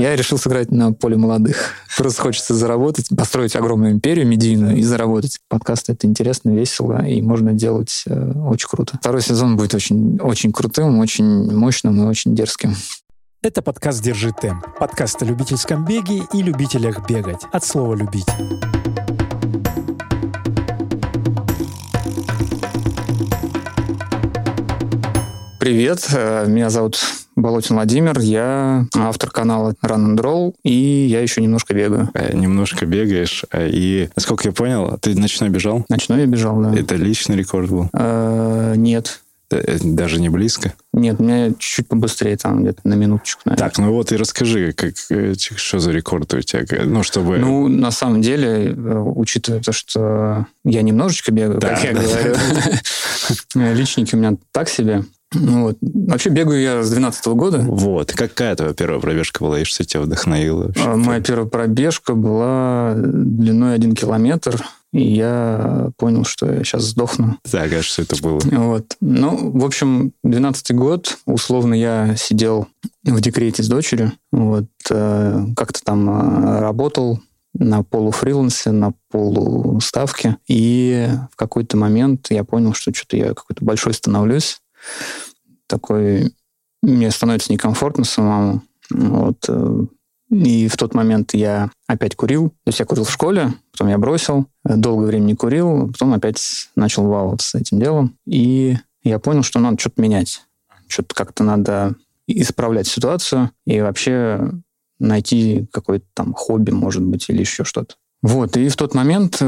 Я решил сыграть на поле молодых. Просто хочется заработать, построить огромную империю медийную и заработать. Подкаст — это интересно, весело, и можно делать очень круто. Второй сезон будет очень, очень крутым, очень мощным и очень дерзким. Это подкаст «Держи темп». Подкаст о любительском беге и любителях бегать. От слова «любить». Привет, меня зовут Болотин Владимир, я автор канала Run and Roll, и я еще немножко бегаю. Немножко бегаешь, и, насколько я понял, ты ночной бежал? Ночной я бежал, да. Это личный рекорд был? Нет. Даже не близко? Нет, у меня чуть-чуть побыстрее, там где-то на минуточку, наверное. Так, ну вот и расскажи, что за рекорд у тебя, чтобы... Ну, на самом деле, учитывая то, что я немножечко бегаю, как я говорю, личники у меня так себе. Вот. Вообще бегаю я с 2012 года. Вот. Какая твоя первая пробежка была, и что тебя вдохновило? Моя первая пробежка была длиной 1 километр, и я понял, что я сейчас сдохну. Так, а что это было? Вот. Ну, в общем, 2012 год, условно, я сидел в декрете с дочерью, вот, как-то там работал на полуфрилансе, на полуставке, и в какой-то момент я понял, что что-то я какой-то большой становлюсь, такой, мне становится некомфортно самому. Вот. И в тот момент я опять курил. То есть я курил в школе, потом я бросил, долгое время не курил, потом опять начал баловаться с этим делом. И я понял, что надо что-то менять. Что-то как-то надо исправлять ситуацию и вообще найти какое-то там хобби, может быть, или еще что-то. Вот. И в тот момент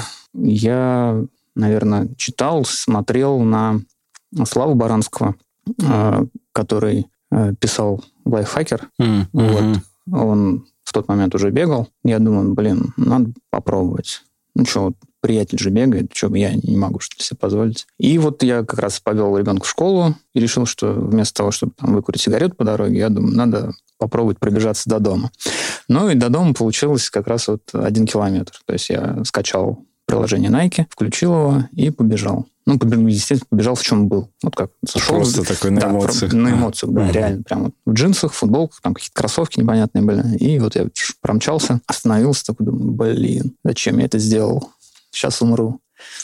я, наверное, читал, смотрел на Славу Баранского, который писал «Лайфхакер». Вот. Он в тот момент уже бегал. Я думаю, надо попробовать. Ну что, вот приятель же бегает, что я не могу что-то себе позволить. И вот я как раз повел ребенка в школу и решил, что вместо того, чтобы там выкурить сигарету по дороге, я думаю, надо попробовать пробежаться до дома. Ну и до дома получилось как раз вот 1 километр. То есть я скачал приложение Nike, включил его и побежал. Ну, естественно, побежал в чем был. Вот как зашел. Просто такой на эмоциях. На эмоциях, да, реально. Прям вот в джинсах, футболках, там какие-то кроссовки непонятные были. И вот я промчался, остановился, такой думаю, зачем я это сделал? Сейчас умру.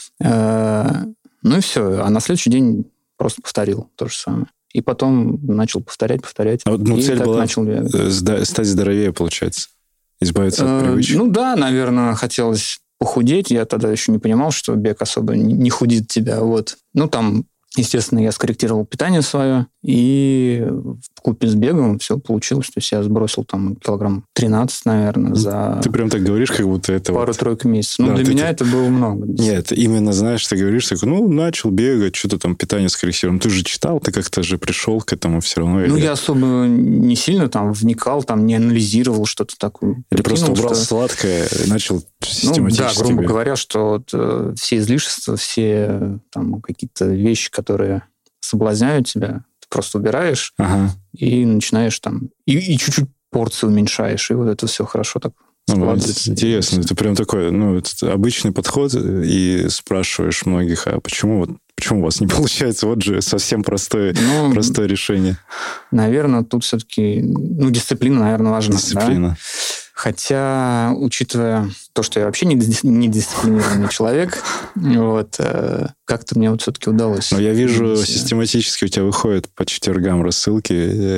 Ну и все. А на следующий день просто повторил то же самое. И потом начал повторять. Ну, и цель так была начал бегать. стать здоровее, получается. Избавиться от привычек. Ну да, наверное, хотелось похудеть. Я тогда еще не понимал, что бег особо не худит тебя. Вот. Ну, там, естественно, я скорректировал питание свое, и вкупе с бегом все получилось. То есть я сбросил там килограмм 13, наверное, за... Ты прям так говоришь, как будто это пару-тройку месяцев. Ну, да, для меня это было много. Нет, именно, знаешь, ты говоришь, так, начал бегать, что-то там питание скорректировал. Ты же читал, ты как-то же пришел к этому все равно. Ну, я особо не сильно там вникал, там не анализировал что-то такое. Или просто убрал сладкое и начал систематически... Да, грубо говоря, что вот, все излишества, все там какие-то вещи, которые соблазняют тебя, ты просто убираешь и начинаешь там... И чуть-чуть порции уменьшаешь, и вот это все хорошо так складывается. Интересно, это прям такой, это обычный подход, и спрашиваешь многих, а почему у вас не получается? Вот же совсем простое решение. Наверное, тут все-таки... дисциплина, наверное, важна. Дисциплина. Да? Хотя, учитывая то, что я вообще не дисциплинированный человек, вот, как-то мне вот все-таки удалось. Но я вижу, систематически у тебя выходят по четвергам рассылки.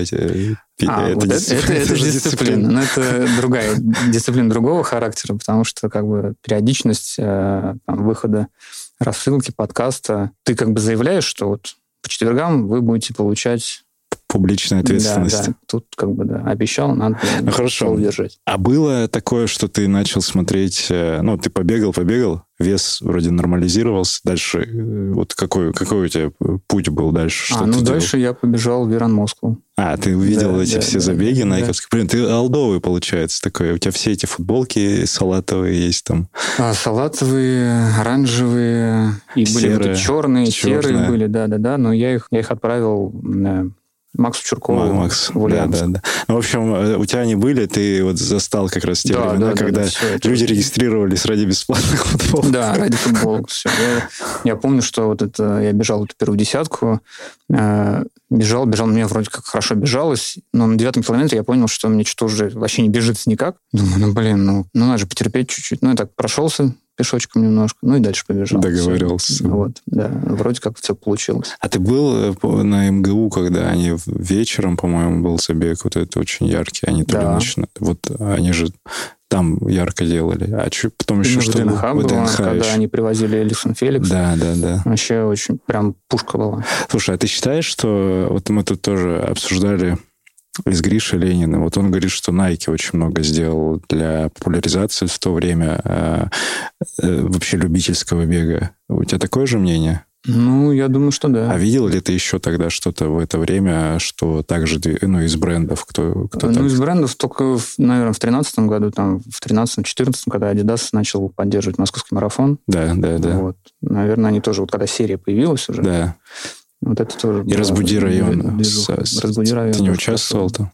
Это дисциплина. Но это другая дисциплина другого характера, потому что как бы периодичность выхода рассылки, подкаста, ты как бы заявляешь, что вот по четвергам вы будете получать публичная ответственность. Да. Тут как бы, обещал, надо слово держать. А было такое, что ты начал смотреть, ты побегал, вес вроде нормализировался, дальше вот какой у тебя путь был дальше? Что ты дальше я побежал в Iron Moscow. Ты увидел эти все забеги найковские? Блин, ты олдовый, получается, такой. У тебя все эти футболки салатовые есть там. Салатовые, оранжевые, и были вот черные, серые были, да. Но я их отправил Максу Чуркову. Макс, да. Ну, в общем, у тебя они были, ты вот застал как раз те времена, когда люди регистрировались ради бесплатных футболок. Да, ради футболок. Все. Я помню, что вот это я бежал эту первую десятку, бежал, мне вроде как хорошо бежалось, но на 9-м километре я понял, что мне что-то уже вообще не бежится никак. Думаю, ну надо же потерпеть чуть-чуть. Ну, я так прошелся пешочком немножко, ну и дальше побежал. Договорился. Вот, да, вроде как все получилось. А ты был на МГУ, когда они вечером, по-моему, был забег вот это очень яркий, они то ли ночно. Вот они же там ярко делали. А потом еще что было? ВДНХ, когда они привозили Элисон Феликс. Да. Вообще очень прям пушка была. Слушай, а ты считаешь, что... Вот мы тут тоже обсуждали с Гришей Лениным. Вот он говорит, что Nike очень много сделал для популяризации в то время вообще любительского бега. У тебя такое же мнение? Ну, я думаю, что да. А видел ли ты еще тогда что-то в это время, что также, ну, из брендов? Кто из брендов только, наверное, в 2013 году, там, в 2013-2014, когда Adidas начал поддерживать московский марафон. Да. Вот. Наверное, они тоже, вот когда серия появилась уже. Да. Вот это тоже... И «Разбуди район». «Разбуди район». Ты не участвовал там?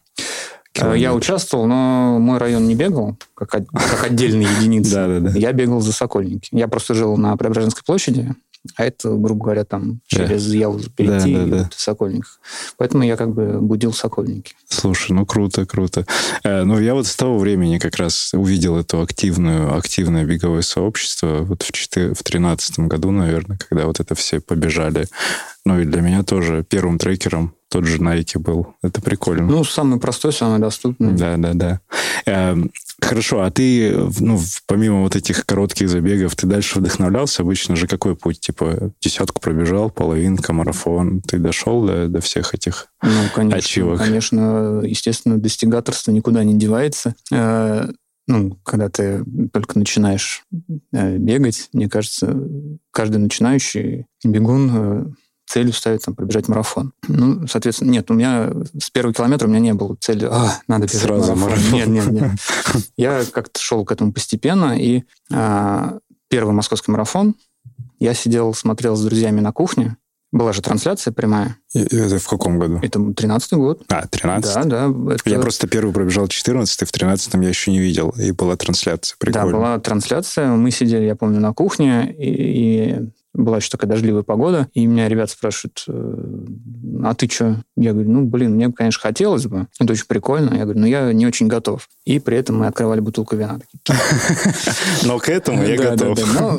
Я участвовал, но мой район не бегал, как отдельная единица. Да. Я бегал за Сокольники. Я просто жил на Преображенской площади, а это, грубо говоря, там через Яузу перейти в Сокольниках. Поэтому я как бы будил Сокольники. Слушай, ну круто. Ну, я вот с того времени как раз увидел это активное беговое сообщество вот в 2013 году, наверное, когда вот это все побежали. Ну, и для меня тоже первым трекером тот же Nike был. Это прикольно. Ну, самый простой, самый доступный. Да. Хорошо, а ты, ну, помимо вот этих коротких забегов, ты дальше вдохновлялся? Обычно же какой путь? Типа десятку пробежал, половинка, марафон. Ты дошел до всех этих ачивок? Конечно, естественно, достигаторство никуда не девается. Ну, когда ты только начинаешь бегать, мне кажется, каждый начинающий бегун целью ставит там пробежать марафон. Ну, соответственно, нет, у меня с первого километра у меня не было цели, надо бежать сразу марафон. Нет. Я как-то шел к этому постепенно, и первый московский марафон я сидел, смотрел с друзьями на кухне. Была же трансляция прямая. Это в каком году? Это 13-й год. 13? Да. Я просто первый пробежал 14-й, в 13-м я еще не видел, и была трансляция. Прикольно. Да, была трансляция. Мы сидели, я помню, на кухне, и была еще такая дождливая погода, и меня ребята спрашивают, а ты что? Я говорю, мне, конечно, хотелось бы, это очень прикольно. Я говорю, но я не очень готов. И при этом мы открывали бутылку вина. Но к этому я готов.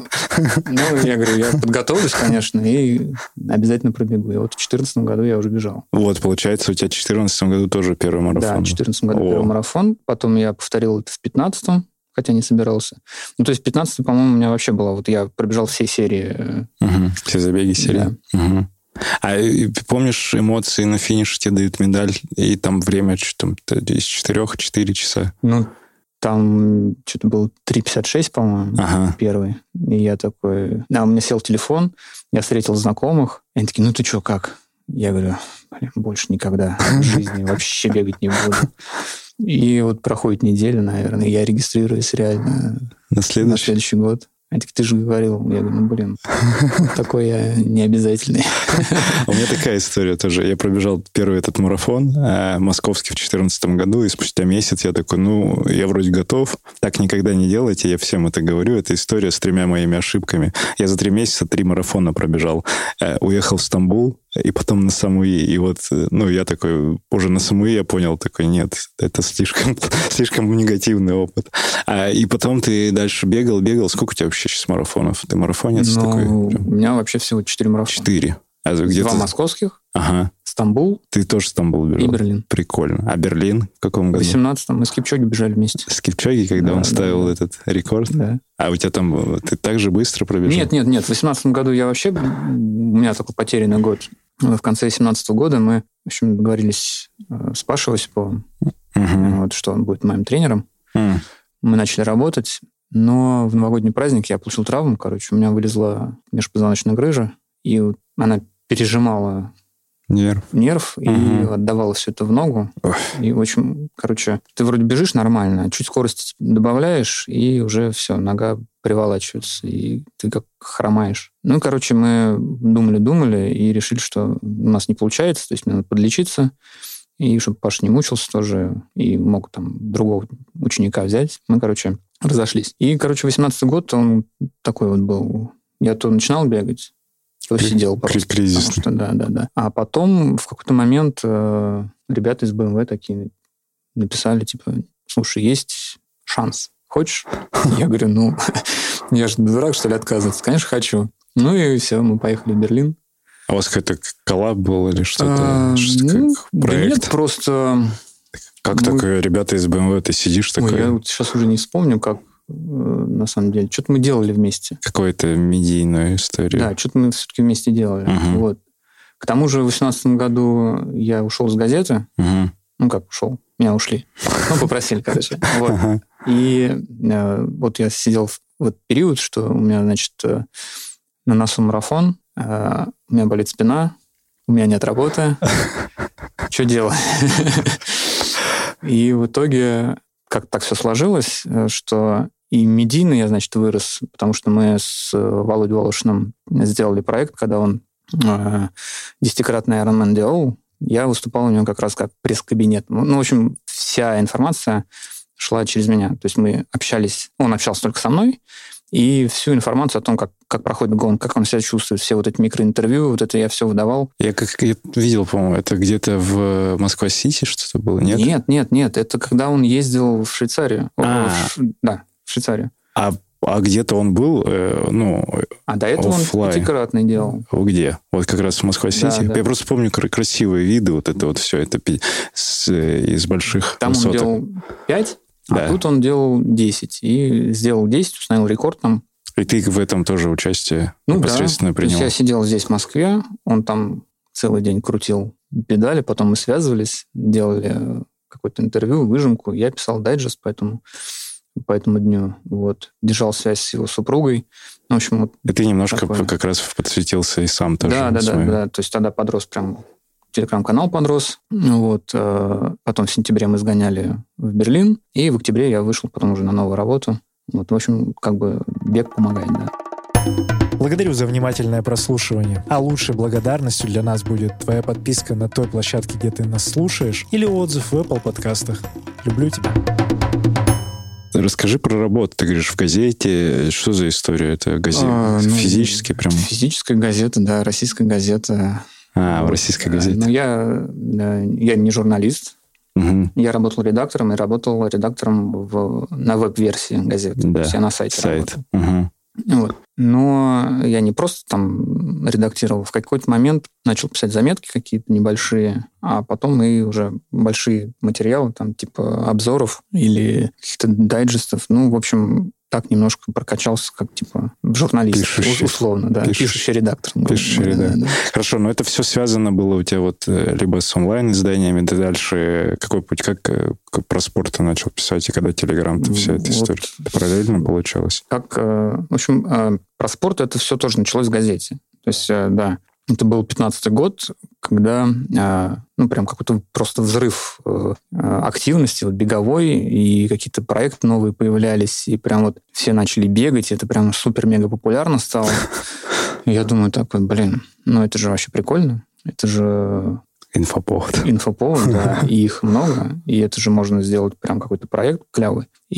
Я говорю, я подготовлюсь, конечно, и обязательно пробегу. И вот в 2014 году я уже бежал. Вот, получается, у тебя в 2014 году тоже первый марафон. Да, в 2014 году первый марафон. Потом я повторил это в 2015, хотя не собирался. Ну, то есть в 15-й, по-моему, у меня вообще было... Вот я пробежал все серии. Все забеги серии. Да. А помнишь, эмоции на финише тебе дают медаль, и там время что-то из 4 часа? Ну, там что-то было 3:56, по-моему, первый. И я такой... у меня сел телефон, я встретил знакомых, и они такие, ты что, как? Я говорю, больше никогда в жизни вообще бегать не буду. И вот проходит неделя, наверное, и я регистрируюсь реально на следующий год. Они такие, ты же говорил. Я говорю, такой я необязательный. У меня такая история тоже. Я пробежал первый этот марафон московский в 2014 году, и спустя месяц я такой, я вроде готов. Так никогда не делайте, я всем это говорю. Это история с 3 моими ошибками. Я за 3 месяца 3 марафона пробежал. Уехал в Стамбул, и потом на Самуи. И вот, я такой, уже на Самуи я понял, такой, нет, это слишком негативный опыт. И потом ты дальше бегал. Сколько у тебя вообще сейчас марафонов? Ты марафонец такой? У меня вообще всего 4 марафона. 4? 2 московских. Ага. Стамбул. Ты тоже Стамбул бежал? И Берлин. Прикольно. А Берлин в каком году? В 18-м. Мы с Кипчоги бежали вместе. С Кипчоги, когда он ставил этот рекорд? Да. А у тебя там... Ты так же быстро пробежал? Нет. В 18-м году я вообще... У меня такой потерянный год. В конце 17-го года мы, в общем, договорились с Пашей Осиповым, что он будет моим тренером. Мы начали работать, но в новогодний праздник я получил травму, у меня вылезла межпозвоночная грыжа, и она пережимала нерв и отдавало все это в ногу. И, в общем, короче, ты вроде бежишь нормально, чуть скорости добавляешь, и уже все, нога приволачивается, и ты как хромаешь. Ну, короче, мы думали и решили, что у нас не получается, то есть мне надо подлечиться, и чтобы Паша не мучился тоже, и мог там другого ученика взять. Мы, короче, разошлись. И, короче, 18-й год, он такой вот был. Я то начинал бегать, то сидел просто. Кризис. Да. А потом в какой-то момент ребята из BMW такие написали, типа, слушай, есть шанс. Хочешь? Я говорю, я же дурак, что ли, отказываться? Конечно, хочу. Ну и все, мы поехали в Берлин. А у вас какой-то коллаб был или что-то? Как проект? Да нет, просто... Как так ребята из BMW, ты сидишь такой? Я вот сейчас уже не вспомню, как на самом деле. Что-то мы делали вместе. Какую-то медийную историю. Да, что-то мы все-таки вместе делали. Вот. К тому же в 2018 году я ушел с газеты. Ну, как ушел? Меня ушли. Ну, попросили, короче. Вот. И вот я сидел в этот период, что у меня, значит, на носу марафон, у меня болит спина, у меня нет работы. Что делать? И в итоге как так все сложилось, что и медийно я, значит, вырос, потому что мы с Володей Волошиным сделали проект, когда он 10-кратный Ironman делал, я выступал у него как раз как пресс-кабинет. Ну, в общем, вся информация шла через меня. То есть мы общались, он общался только со мной, и всю информацию о том, как проходит гонка, как он себя чувствует, все вот эти микроинтервью, вот это я все выдавал. Я видел, по-моему, это где-то в Москва-Сити что-то было, нет? Нет. Это когда он ездил в Швейцарию. Да, в Швейцарию. А где-то он был, А до этого оффлайн. Он 5-кратный делал. Где? Вот как раз в Москва-Сити? Да. Я просто помню красивые виды, вот это вот все, это из больших там высоток. Он делал 5, а тут он делал 10. И сделал 10, установил рекорд там. И ты в этом тоже участие непосредственно принял? То есть я сидел здесь, в Москве, он там целый день крутил педали, потом мы связывались, делали какое-то интервью, выжимку. Я писал дайджест по этому дню. Вот. Держал связь с его супругой. В общем, вот и ты немножко как раз подсветился и сам тоже. Да. То есть тогда подрос прям... Телеграм-канал подрос. Вот. Потом в сентябре мы сгоняли в Берлин. И в октябре я вышел потом уже на новую работу. Вот. В общем, как бы бег помогает, да. Благодарю за внимательное прослушивание. А лучшей благодарностью для нас будет твоя подписка на той площадке, где ты нас слушаешь, или отзыв в Apple подкастах. Люблю тебя. Расскажи про работу. Ты говоришь, в газете. Что за история? Это газета физически прям? Физическая газета, да, российская газета. В российской газете. Но я не журналист. Угу. Я работал редактором и работал редактором на веб-версии газеты. Да. То есть я на сайте работал. Угу. Вот. Но я не просто там редактировал. В какой-то момент начал писать заметки какие-то небольшие, а потом и уже большие материалы, там типа обзоров или каких-то дайджестов. Ну, в общем, так немножко прокачался, как типа журналист, условно, да. Пишущий редактор. Пишущий редактор. Да. Хорошо, но это все связано было у тебя вот либо с онлайн-изданиями, ты дальше какой путь, как про спорт ты начал писать, и когда Телеграм, вся эта история? Это параллельно получалось? В общем, про спорт это все тоже началось в газете. То есть, да, это был 15-й год, когда прям какой-то просто взрыв активности, вот беговой, и какие-то проекты новые появлялись, и прям вот все начали бегать, и это прям супер-мега популярно стало. Я думаю такой, это же вообще прикольно. Это же... Инфоповод, да, и их много, и это же можно сделать прям какой-то проект клевый. И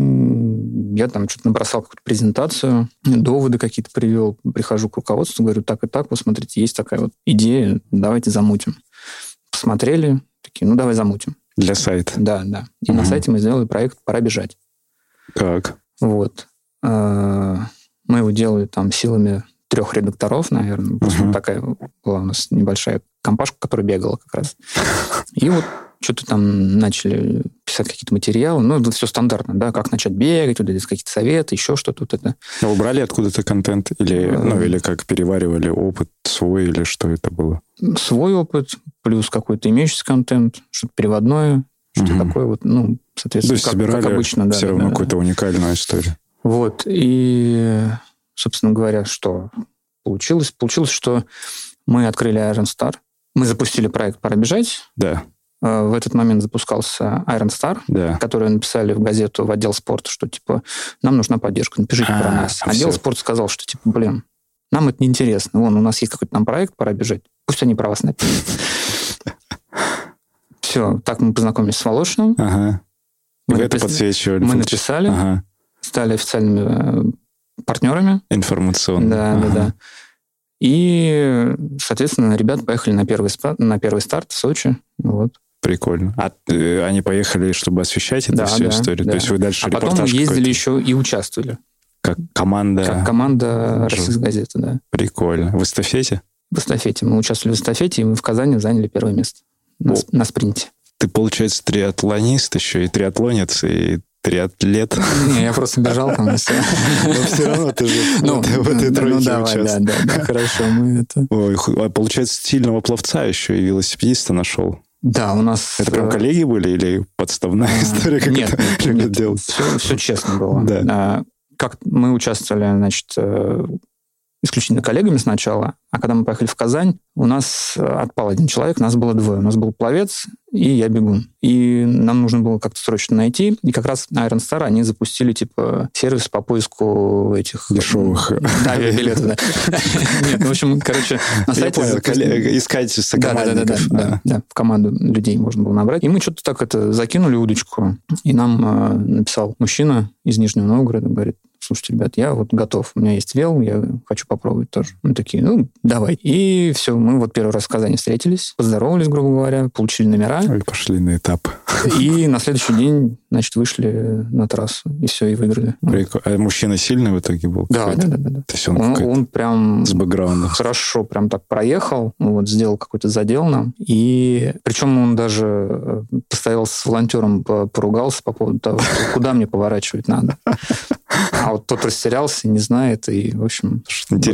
я там что-то набросал какую-то презентацию, доводы какие-то привел, прихожу к руководству, говорю, так и так, вот смотрите, есть такая вот идея, давайте замутим. Посмотрели, такие, давай замутим. Для сайта? Да. И на сайте мы сделали проект «Пора бежать». Так. Вот. Мы его делали там силами 3 редакторов, наверное. Просто такая была у нас небольшая компашка, которая бегала как раз. И вот что-то там начали писать какие-то материалы. Это все стандартно, да, как начать бегать, вот эти какие-то советы, еще что-то вот это. А убрали откуда-то контент? Или как переваривали опыт свой, или что это было? Свой опыт, плюс какой-то имеющийся контент, что-то переводное, что-то такое вот, соответственно, то есть как обычно. Да, все равно какую-то уникальную историю. Вот, и, собственно говоря, что получилось? Получилось, что мы открыли Iron Star. Мы запустили проект «Пора бежать». Да. В этот момент запускался Iron Star, Да. который написали в газету, в отдел спорта, что, типа, нам нужна поддержка, напишите про нас. Отдел всё. спорта сказал, что, типа, блин, нам это неинтересно. Вон, у нас есть какой-то там проект, «Пора бежать». Пусть они про вас напишут. Все, так мы познакомились с Волошиным. Ага. Мы Вы это подсвечивали. Мы написали, Ага. стали официальными партнерами. Информационно. Да. И, соответственно, ребята поехали на первый старт в Сочи. Вот. Прикольно. А они поехали, чтобы освещать эту всю историю? Да. То есть вы дальше потом репортаж ездили какой-то? еще и участвовали. Как команда? Как команда «Российгазеты», да. Прикольно. В эстафете? В эстафете. Мы участвовали в эстафете, и мы в Казани заняли первое место на спринте. Ты, получается, триатлонист еще, и триатлонец, и триатлет. Не, я просто бежал там и все. Но все равно ты же в этой тройке участвовал. Да, хорошо. Мы это... Ой, а получается, стильного пловца еще и велосипедиста нашел. Да, у нас... Это прям коллеги были или подставная история, как это любят делать? Все честно было. Да. Как мы участвовали, значит, исключительно коллегами сначала, а когда мы поехали в Казань, у нас отпал один человек, нас было двое. У нас был пловец и я бегун. И нам нужно было как-то срочно найти. И как раз Iron Star, они запустили, типа, сервис по поиску этих... Дешевых. Да, авиабилетов, да. Нет, ну, в общем, короче, на сайте... Искать сокомандников. Да, в команду людей можно было набрать. И мы что-то так это закинули удочку. И нам написал мужчина из Нижнего Новгорода, говорит: слушайте, ребят, я вот готов, у меня есть вел, я хочу попробовать тоже. Мы такие, ну, давай. И все, мы вот первый раз в Казани встретились, поздоровались, грубо говоря, получили номера. И пошли на этап. И на следующий день, значит, вышли на трассу, и все, и выиграли. Прикольно. А мужчина сильный в итоге был? Да. То есть он прям с бэкграундом. Хорошо прям так проехал, вот, сделал какой-то задел нам. И причем он даже постоял с волонтером, поругался по поводу того, что куда мне поворачивать надо. А вот тот растерялся, не знает, и, в общем...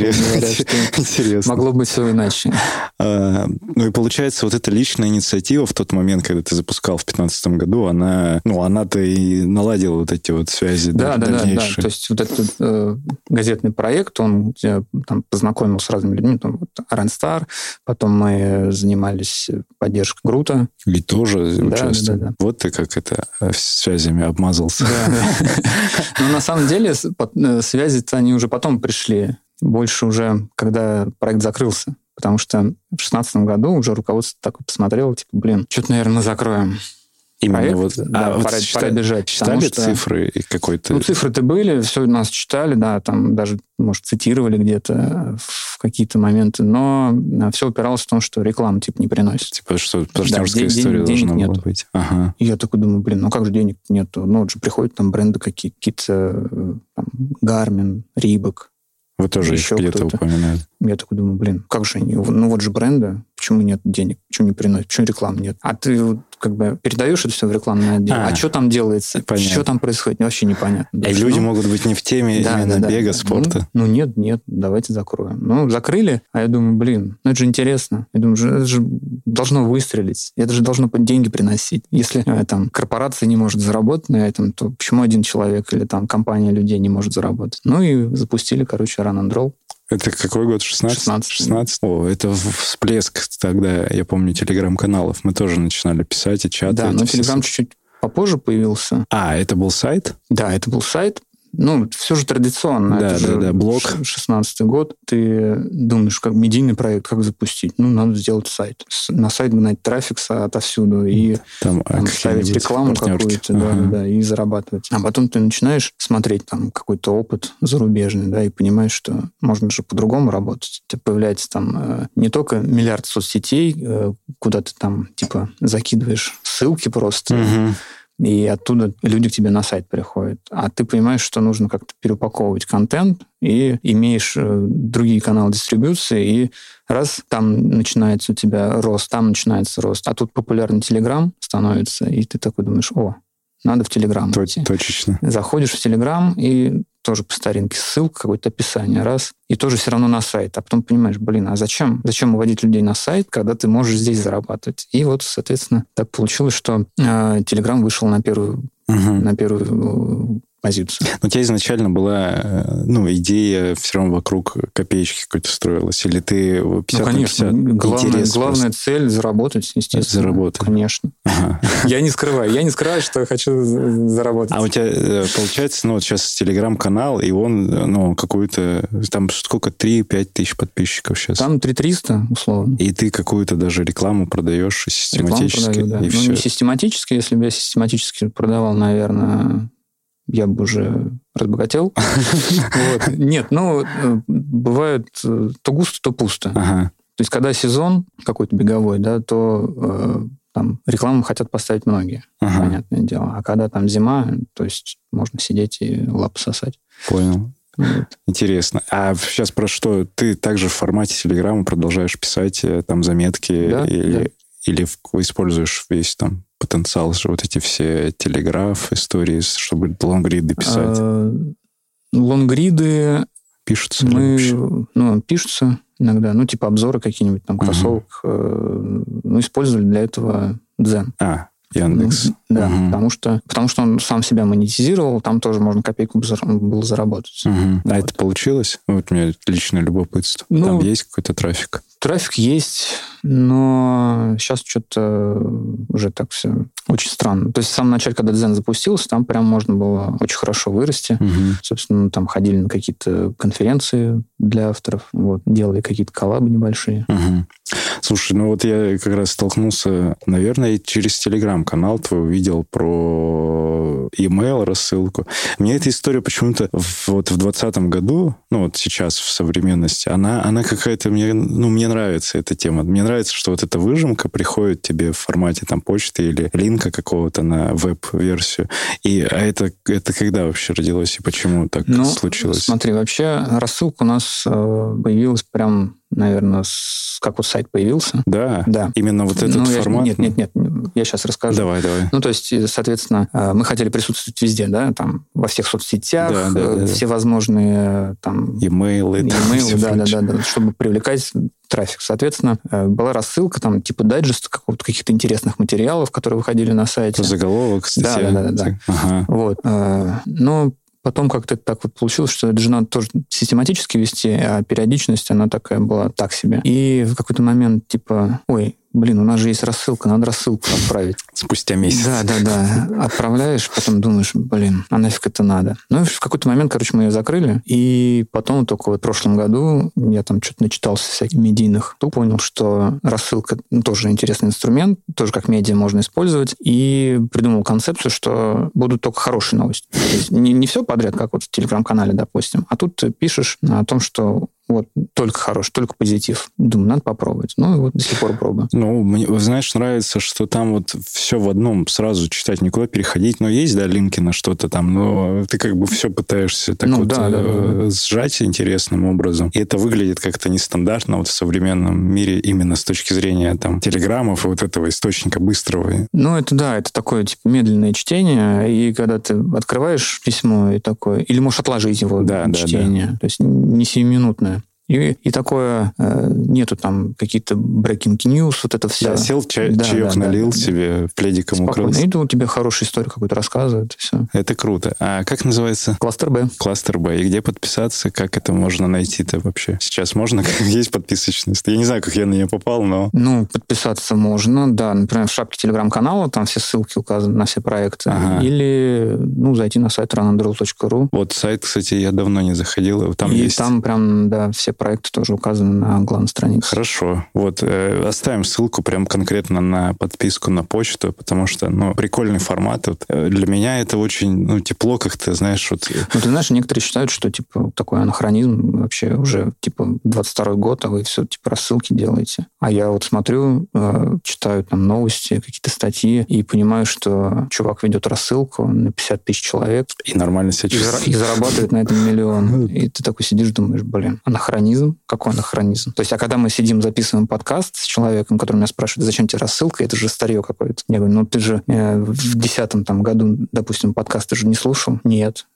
Интересно. Могло быть все иначе. Ну и получается, вот эта личная инициатива в тот момент, когда ты запускал в 2015 году, она-то и наладила вот эти вот связи дальнейшие. Да. То есть вот этот газетный проект, он там познакомил с разными людьми, там вот Iron Star, потом мы занимались поддержкой Грута. И тоже участвовал. Да. Вот ты как это связями обмазался. Но на самом деле связи-то они уже потом пришли, больше уже, когда проект закрылся. Потому что в 2016 году уже руководство так посмотрело, типа, блин, что-то, наверное, мы закроем. Именно проект, пора бежать. Читали цифры и какой-то... Ну, цифры-то были, все нас читали, да, там даже, может, цитировали где-то в какие-то моменты, но все упиралось в том, что реклама, типа, не приносит. Типа, что партнерская история должна была быть. Ага. И я такой думаю, блин, ну как же денег нету? Ну, вот же приходят там бренды какие-то, там, Garmin, Reebok. Вы тоже их где-то упоминали. Я такой думаю, блин, как же они? Ну вот же бренды, почему нет денег? Почему не приносят? Почему рекламы нет? А ты как бы передаешь это все в рекламный отдел. А что там делается? Понятно. Что там происходит? Вообще непонятно. И люди могут быть не в теме именно бега, спорта. Ну нет, давайте закроем. Ну, закрыли, а я думаю, блин, ну это же интересно. Я думаю, это же должно выстрелить. Это же должно деньги приносить. Если там корпорация не может заработать на этом, то почему один человек или там компания людей не может заработать? Ну и запустили, короче, Run and Roll. Это какой год? 16? О, это всплеск тогда, я помню, телеграм-каналов. Мы тоже начинали писать и чатать. Да, но телеграм чуть-чуть попозже появился. А, это был сайт? Да, это был сайт. Ну, все же традиционно. Да, блог. 16-й год. Ты думаешь, как медийный проект, как запустить? Ну, надо сделать сайт. На сайт гнать трафик отовсюду и там ставить рекламу какую-то, да, и зарабатывать. А потом ты начинаешь смотреть там какой-то опыт зарубежный, да, и понимаешь, что можно же по-другому работать. У тебя появляется там не только миллиард соцсетей, куда ты там, типа, закидываешь ссылки просто, и оттуда люди к тебе на сайт приходят. А ты понимаешь, что нужно как-то переупаковывать контент, и имеешь другие каналы дистрибьюции, и раз там начинается у тебя рост, там начинается рост, а тут популярный Телеграм становится, и ты такой думаешь, надо в Телеграм идти. Точно. Заходишь в Телеграм, и тоже по старинке ссылка, какое-то описание, раз, и тоже все равно на сайт. А потом понимаешь, блин, а зачем уводить людей на сайт, когда ты можешь здесь зарабатывать? И вот, соответственно, так получилось, что Телеграм вышел на первую позицию. У тебя изначально была, идея все равно вокруг копеечки какой-то строилась? Или ты 50 конечно. Главная цель — заработать, естественно. Заработать. Конечно. Ага. Я не скрываю, что хочу заработать. А у тебя, получается, сейчас телеграм-канал, и он, какую-то... Там сколько? 3-5 тысяч подписчиков сейчас? Там 3300, условно. И ты какую-то даже рекламу продаешь систематически? Рекламу продаю, да. И все. Не систематически. Если бы я систематически продавал, наверное... я бы уже разбогател. Нет, бывает то густо, то пусто. То есть, когда сезон какой-то беговой, да, то там рекламу хотят поставить многие, понятное дело. А когда там зима, то есть можно сидеть и лапы сосать. Понял. Интересно. А сейчас про что? Ты также в формате Телеграма продолжаешь писать там заметки? Или используешь весь там потенциал, же вот эти все телеграф, истории, чтобы лонгриды писать? Лонгриды... Пишутся? Пишутся иногда. Типа обзоры какие-нибудь там кроссовок. Использовали для этого Дзен. Яндекс. Да, потому что он сам себя монетизировал, там тоже можно копейку было заработать. А это получилось? Вот у меня личное любопытство. Там есть какой-то трафик? Трафик есть, но сейчас что-то уже так все очень странно. То есть в самом начале, когда Дзен запустился, там прям можно было очень хорошо вырасти. Собственно, там ходили на какие-то конференции для авторов, делали какие-то коллабы небольшие. Слушай, я как раз столкнулся, наверное, через Телеграм-канал твой увидел про email рассылку. Мне эта история почему-то в 2020 году, сейчас в современности, она какая-то, мне нравится эта тема. Мне нравится, что вот эта выжимка приходит тебе в формате там почты или линка какого-то на веб-версию. А это когда вообще родилось и почему так случилось? Смотри, вообще рассылка у нас появилась прям, наверное, как сайт появился. Да? Именно вот этот формат? Нет, я сейчас расскажу. Давай. То есть, соответственно, мы хотели присутствовать везде, да, там, во всех соцсетях, все возможные там... Имейлы, да, чтобы привлекать трафик. Соответственно, была рассылка, там, типа дайджест каких-то интересных материалов, которые выходили на сайте. Заголовок, статья. Да. Но потом как-то так получилось, что это же надо тоже систематически вести, а периодичность, она такая была так себе. И в какой-то момент, у нас же есть рассылка, надо рассылку отправить. Спустя месяц. Да. Отправляешь, потом думаешь, а нафиг это надо? В какой-то момент, мы ее закрыли, и потом только в прошлом году я там что-то начитался всяких медийных, то понял, что рассылка тоже интересный инструмент, тоже как медиа можно использовать, и придумал концепцию, что будут только хорошие новости. То есть не все подряд, как в Телеграм-канале, допустим, а тут ты пишешь о том, что только хороший, только позитив. Думаю, надо попробовать. До сих пор пробую. Мне, знаешь, нравится, что там все в одном, сразу читать, никуда переходить. Есть, линки на что-то там, но ты все пытаешься так сжать интересным образом. И это выглядит как-то нестандартно в современном мире именно с точки зрения там телеграммов и этого источника быстрого. Это такое медленное чтение, и когда ты открываешь письмо и такое, или можешь отложить его чтение, то есть не сиюминутное. И такое, нету там какие-то breaking news, это все. Да, сел, чаек налил себе, пледиком укрылся. И у тебя хорошую историю какую-то рассказывают, и все. Это круто. А как называется? Кластер Б. Кластер Б. И где подписаться? Как это можно найти-то вообще? Сейчас можно? Есть подписочность? Я не знаю, как я на нее попал, но... Подписаться можно, да. Например, в шапке Телеграм-канала, там все ссылки указаны на все проекты. Или, зайти на сайт runandroid.ru. Сайт, кстати, я давно не заходил. Там и есть... там прям, все проекты тоже указаны на главной странице. Хорошо. Оставим ссылку прям конкретно на подписку на почту, потому что, прикольный формат. Для меня это очень, тепло как-то, знаешь, ты знаешь, некоторые считают, что, такой анахронизм вообще уже, 22-й год, а вы все, рассылки делаете. А я смотрю, читаю там новости, какие-то статьи, и понимаю, что чувак ведет рассылку на 50 тысяч человек. И нормально себя чувствует. И зарабатывает на этом миллион. И ты такой сидишь, думаешь, анахронизм? Какой анахронизм? То есть, а когда мы сидим, записываем подкаст с человеком, который меня спрашивает, зачем тебе рассылка, это же старье какое-то. Я говорю, ты же в 2010 году, допустим, подкаст ты же не слушал? Нет.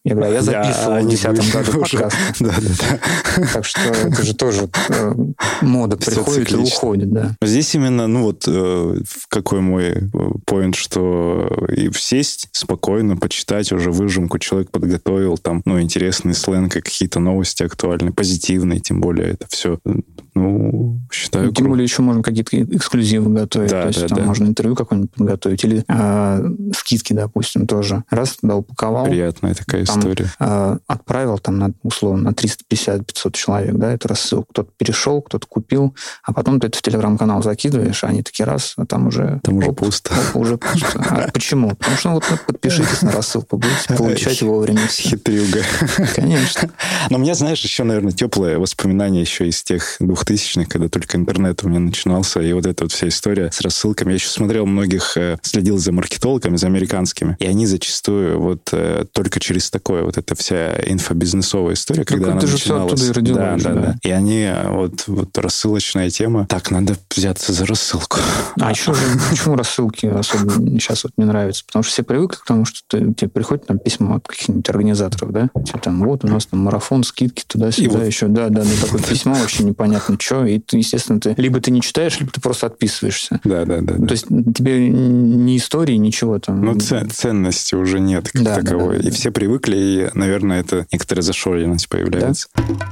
Я говорю, я записывал в 2010 году подкаст. Да. Так что это же тоже мода приходит и уходит, да. Здесь именно, какой мой поинт, что и сесть спокойно, почитать уже выжимку, человек подготовил, там, интересный сленг, какие-то новости актуальные, позитивные, тем более это все, считаю, тем более еще можно какие-то эксклюзивы готовить, то есть там можно интервью какое-нибудь подготовить, или скидки, допустим, тоже. Раз туда упаковал. Приятная такая история. Отправил там, условно, на 350-500 человек, да, эту рассылку. Кто-то перешел, кто-то купил, а потом ты это в Телеграм-канал закидываешь, а они такие раз, а там уже... Там уже пусто. Уже пусто. А почему? Потому что подпишитесь на рассылку, будете получать вовремя. Хитрюга. Конечно. Но у меня, знаешь, еще, наверное, теплое воспоминание еще из тех 2000-х, когда только интернет у меня начинался, и вот эта вот вся история с рассылками. Я еще смотрел многих, следил за маркетологами, за американскими, и они зачастую только через такое, вот эта вся инфобизнесовая история, когда она начиналась. Все оттуда и родилось. Да. И они, вот рассылочная тема, так, надо взяться за рассылку. А еще же, почему рассылки особенно сейчас не нравятся? Потому что все привыкли к тому, что тебе приходит там письмо от каких-нибудь организаторов, да? Тебе там, у нас там марафон, скидки, туда-сюда еще. Да, такое письмо вообще непонятно что. И, естественно, либо ты не читаешь, либо ты просто отписываешься. Да. То есть тебе ни истории, ничего там... ценности уже нет как таковой. И все привыкли, и, наверное, это некоторая зашоренность появляется.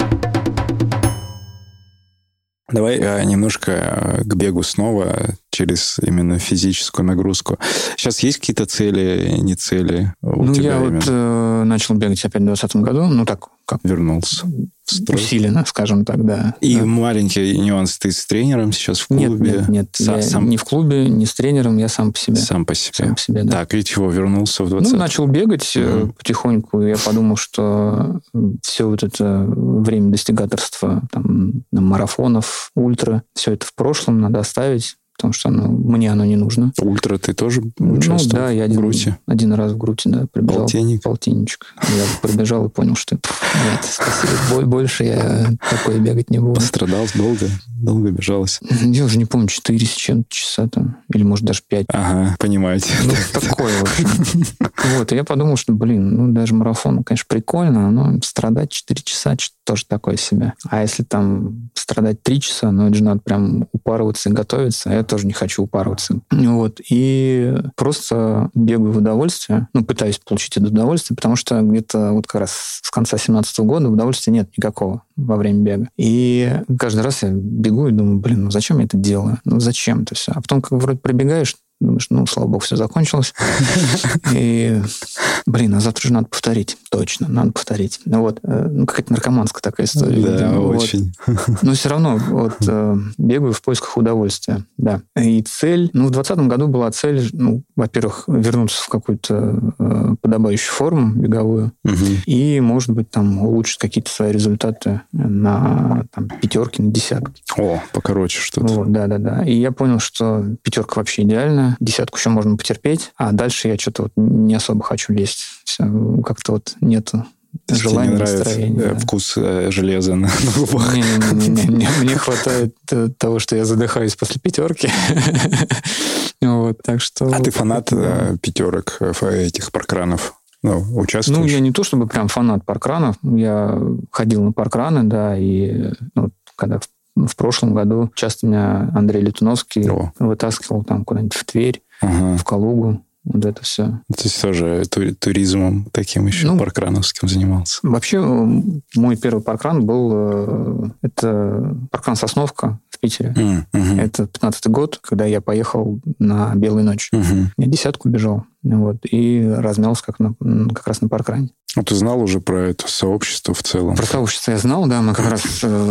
Давай немножко к бегу снова через именно физическую нагрузку. Сейчас есть какие-то цели, не цели у тебя? Я начал бегать опять в 2020 году. Как вернулся. Усиленно, скажем так, да. И маленький нюанс. Ты с тренером сейчас в клубе? Нет. Я не в клубе, не с тренером, я сам по себе. Сам по себе, да. Так, и чего, вернулся в 20? Начал бегать потихоньку. Я подумал, что все вот это время достигаторства, там, марафонов, ультра, все это в прошлом надо оставить. Потому что мне оно не нужно. Ультра ты тоже участвовал? Да, я один раз в Груте, пробежал. Полтинничек. Я пробежал и понял, что нет, спасибо, больше я такое бегать не буду. Пострадал долго бежалось? Я уже не помню, 4 с чем-то часа там, или может даже 5. Ага, понимаете. Такое, в общем. И я подумал, что, даже марафон, конечно, прикольно, но страдать 4 часа тоже такое себе. А если там страдать 3 часа, это же надо прям упарываться и готовиться, а я тоже не хочу упарываться. И просто бегаю в удовольствие, пытаюсь получить это удовольствие, потому что где-то как раз с конца 2017 года удовольствия нет никакого во время бега. И каждый раз я бегу и думаю, зачем я это делаю? Зачем это все? А потом, как вроде пробегаешь, думаешь, слава богу, все закончилось. И, а завтра же надо повторить. Точно, надо повторить. Какая-то наркоманская такая история. Да, очень. Но все равно бегаю в поисках удовольствия. Да. И цель... в 2020 году была цель, во-первых, вернуться в какую-то подобающую форму беговую и, может быть, улучшить какие-то свои результаты на 5, на 10. О, покороче что-то. Да. И я понял, что 5 вообще идеально, 10 еще можно потерпеть, а дальше я что-то не особо хочу лезть. Все, как-то нету желания, настроения. Вкус железа на губах? Мне хватает того, что я задыхаюсь после 5. Так что... А ты фанат 5 этих паркранов? Участвуешь? Я не то чтобы прям фанат паркранов. Я ходил на паркраны, да, и когда в прошлом году часто меня Андрей Летуновский вытаскивал там куда-нибудь в Тверь, в Калугу. Это все. То есть тоже туризмом таким еще паркрановским занимался? Вообще, мой первый паркран был... это паркран «Сосновка» в Питере. Это 15-й год, когда я поехал на «Белую ночь». Я 10 бежал. И размялся как раз на паркране. А ты знал уже про это сообщество в целом? Про сообщество я знал, да. Мы как раз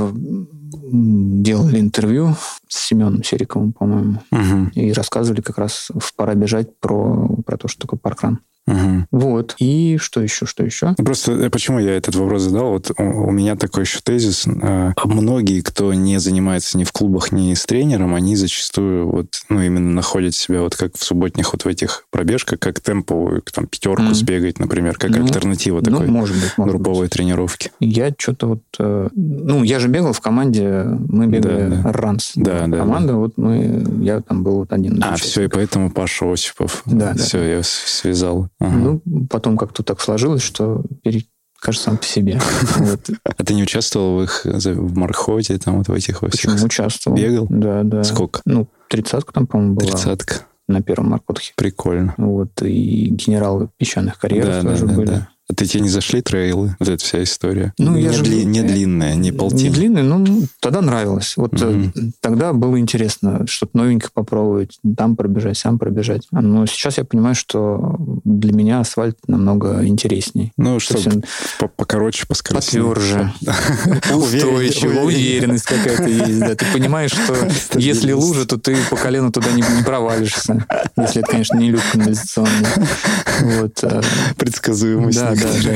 делали интервью с Семеном Сериковым, по-моему, и рассказывали как раз в «Пора бежать» про то, что такое паркран. И что еще? Просто почему я этот вопрос задал? У меня такой еще тезис. Многие, кто не занимается ни в клубах, ни с тренером, они зачастую именно находят себя как в субботних в этих пробежках, как темповую, 5 сбегать, например, как альтернатива такой групповой тренировки. Я что-то я же бегал в команде, мы бегали ранс. Команда, я там был один. Все, и поэтому Паша Осипов. Все, я связал. Ну, потом как-то так сложилось, что кажется, сам по себе. Вот. А ты не участвовал в их в Марходе, там вот в этих во всех? Почему участвовал? Бегал? Да. Сколько? 30-ка там, по-моему, была. 30-ка. На первом Маркотхе. Прикольно. Вот, и генералы песчаных карьеров тоже были. Да. А ты тебе не зашли трейлы? Вот эта вся история. Ну, не длинная, не полтинник. Не длинная, тогда нравилось. Вот тогда было интересно что-то новенькое попробовать, там пробежать, сам пробежать. Но сейчас я понимаю, что для меня асфальт намного интересней. Ну, что, покороче, поскорее. Потверже. Устойчиво, уверенность какая-то есть. Да. Ты понимаешь, что если лужа, то ты по колено туда не провалишься. Если это, конечно, не люк канализационный. Предсказуемость. Да.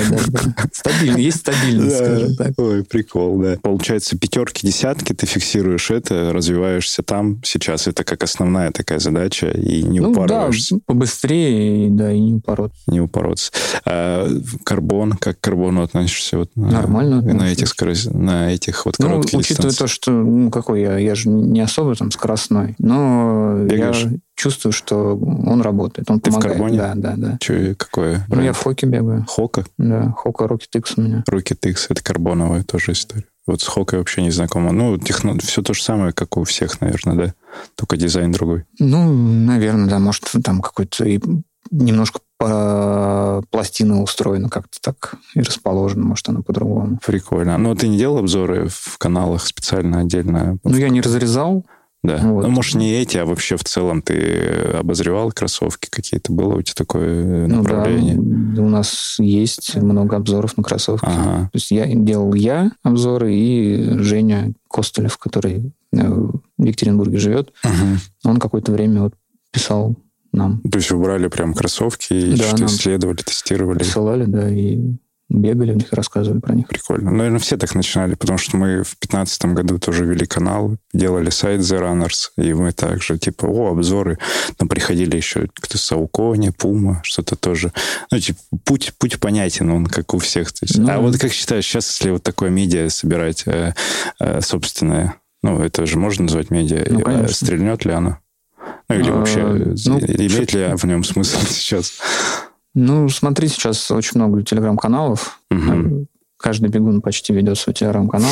Есть стабильность, скажем так. Ой, прикол, да. Получается, пятерки, десятки, ты фиксируешь это, развиваешься там. Сейчас это как основная такая задача, и не упарываешься. Да, побыстрее, и не упороться. Не упороться. А карбон, как к карбону относишься? Нормально. На этих вот коротких учитывая то, что, я же не особо там скоростной, но бегаешь? Я чувствую, что он работает, он помогает. Ты в карбоне? Да. Какое? Я в Хоке бегаю. Хока? Да, Хока Rocket X у меня. Rocket X, это карбоновая тоже история. Вот с Хокой вообще не знакомо. Все то же самое, как у всех, наверное, да? Только дизайн другой. Наверное, да. Может, там какой-то немножко пластина устроена как-то так и расположена, может, она по-другому. Прикольно. Но ты не делал обзоры в каналах специально, отдельно? Я не разрезал. Да. Вот. Может, не эти, а вообще в целом ты обозревал кроссовки какие-то? Было у тебя такое направление? Да, у нас есть много обзоров на кроссовки. Ага. То есть делал обзоры, и Женя Костылев, который в Екатеринбурге живет, он какое-то время писал нам. То есть вы брали прям кроссовки и что-то исследовали, тестировали? Присылали, да, и бегали в них и рассказывали про них. Прикольно. Наверное, все так начинали, потому что мы в 2015 году тоже вели канал, делали сайт The Runners, и мы также, обзоры. Там приходили еще кто-то Саукони, Пума, что-то тоже. Путь понятен, он как у всех. А вот как считаешь, сейчас, если вот такое медиа собирать собственное, это же можно назвать медиа, стрельнет ли оно? Или вообще, имеет ли в нем смысл сейчас? Смотри, сейчас очень много телеграм-каналов. Каждый бегун почти ведет свой телеграм-канал.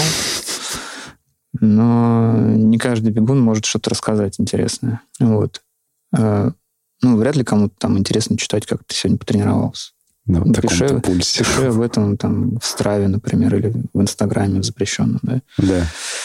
Но не каждый бегун может что-то рассказать интересное. Вряд ли кому-то там интересно читать, как ты сегодня потренировался. Пиши об этом в Страве, например, или в Инстаграме в запрещенном. Да.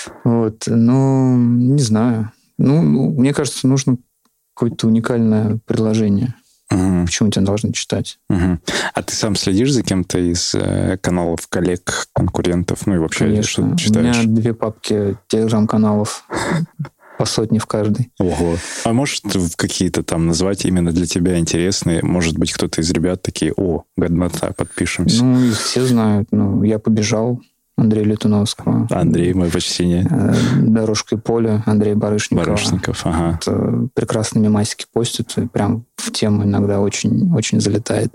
Не знаю. Мне кажется, нужно какое-то уникальное предложение. Почему тебя должны читать? А ты сам следишь за кем-то из каналов, коллег, конкурентов? И вообще, конечно. Что читаешь? У меня 2 папки телеграм-каналов, по 100 в каждой. Ого. А можешь какие-то там назвать именно для тебя интересные? Может быть, кто-то из ребят такие, годнота, подпишемся. Их все знают. Я побежал. Андрея Летуновского. Андрей, мое почтение. «Дорожка и поле» Андрея Барышникова. Ага. Прекрасные мемасики постит, и прям в тему иногда очень, очень залетает.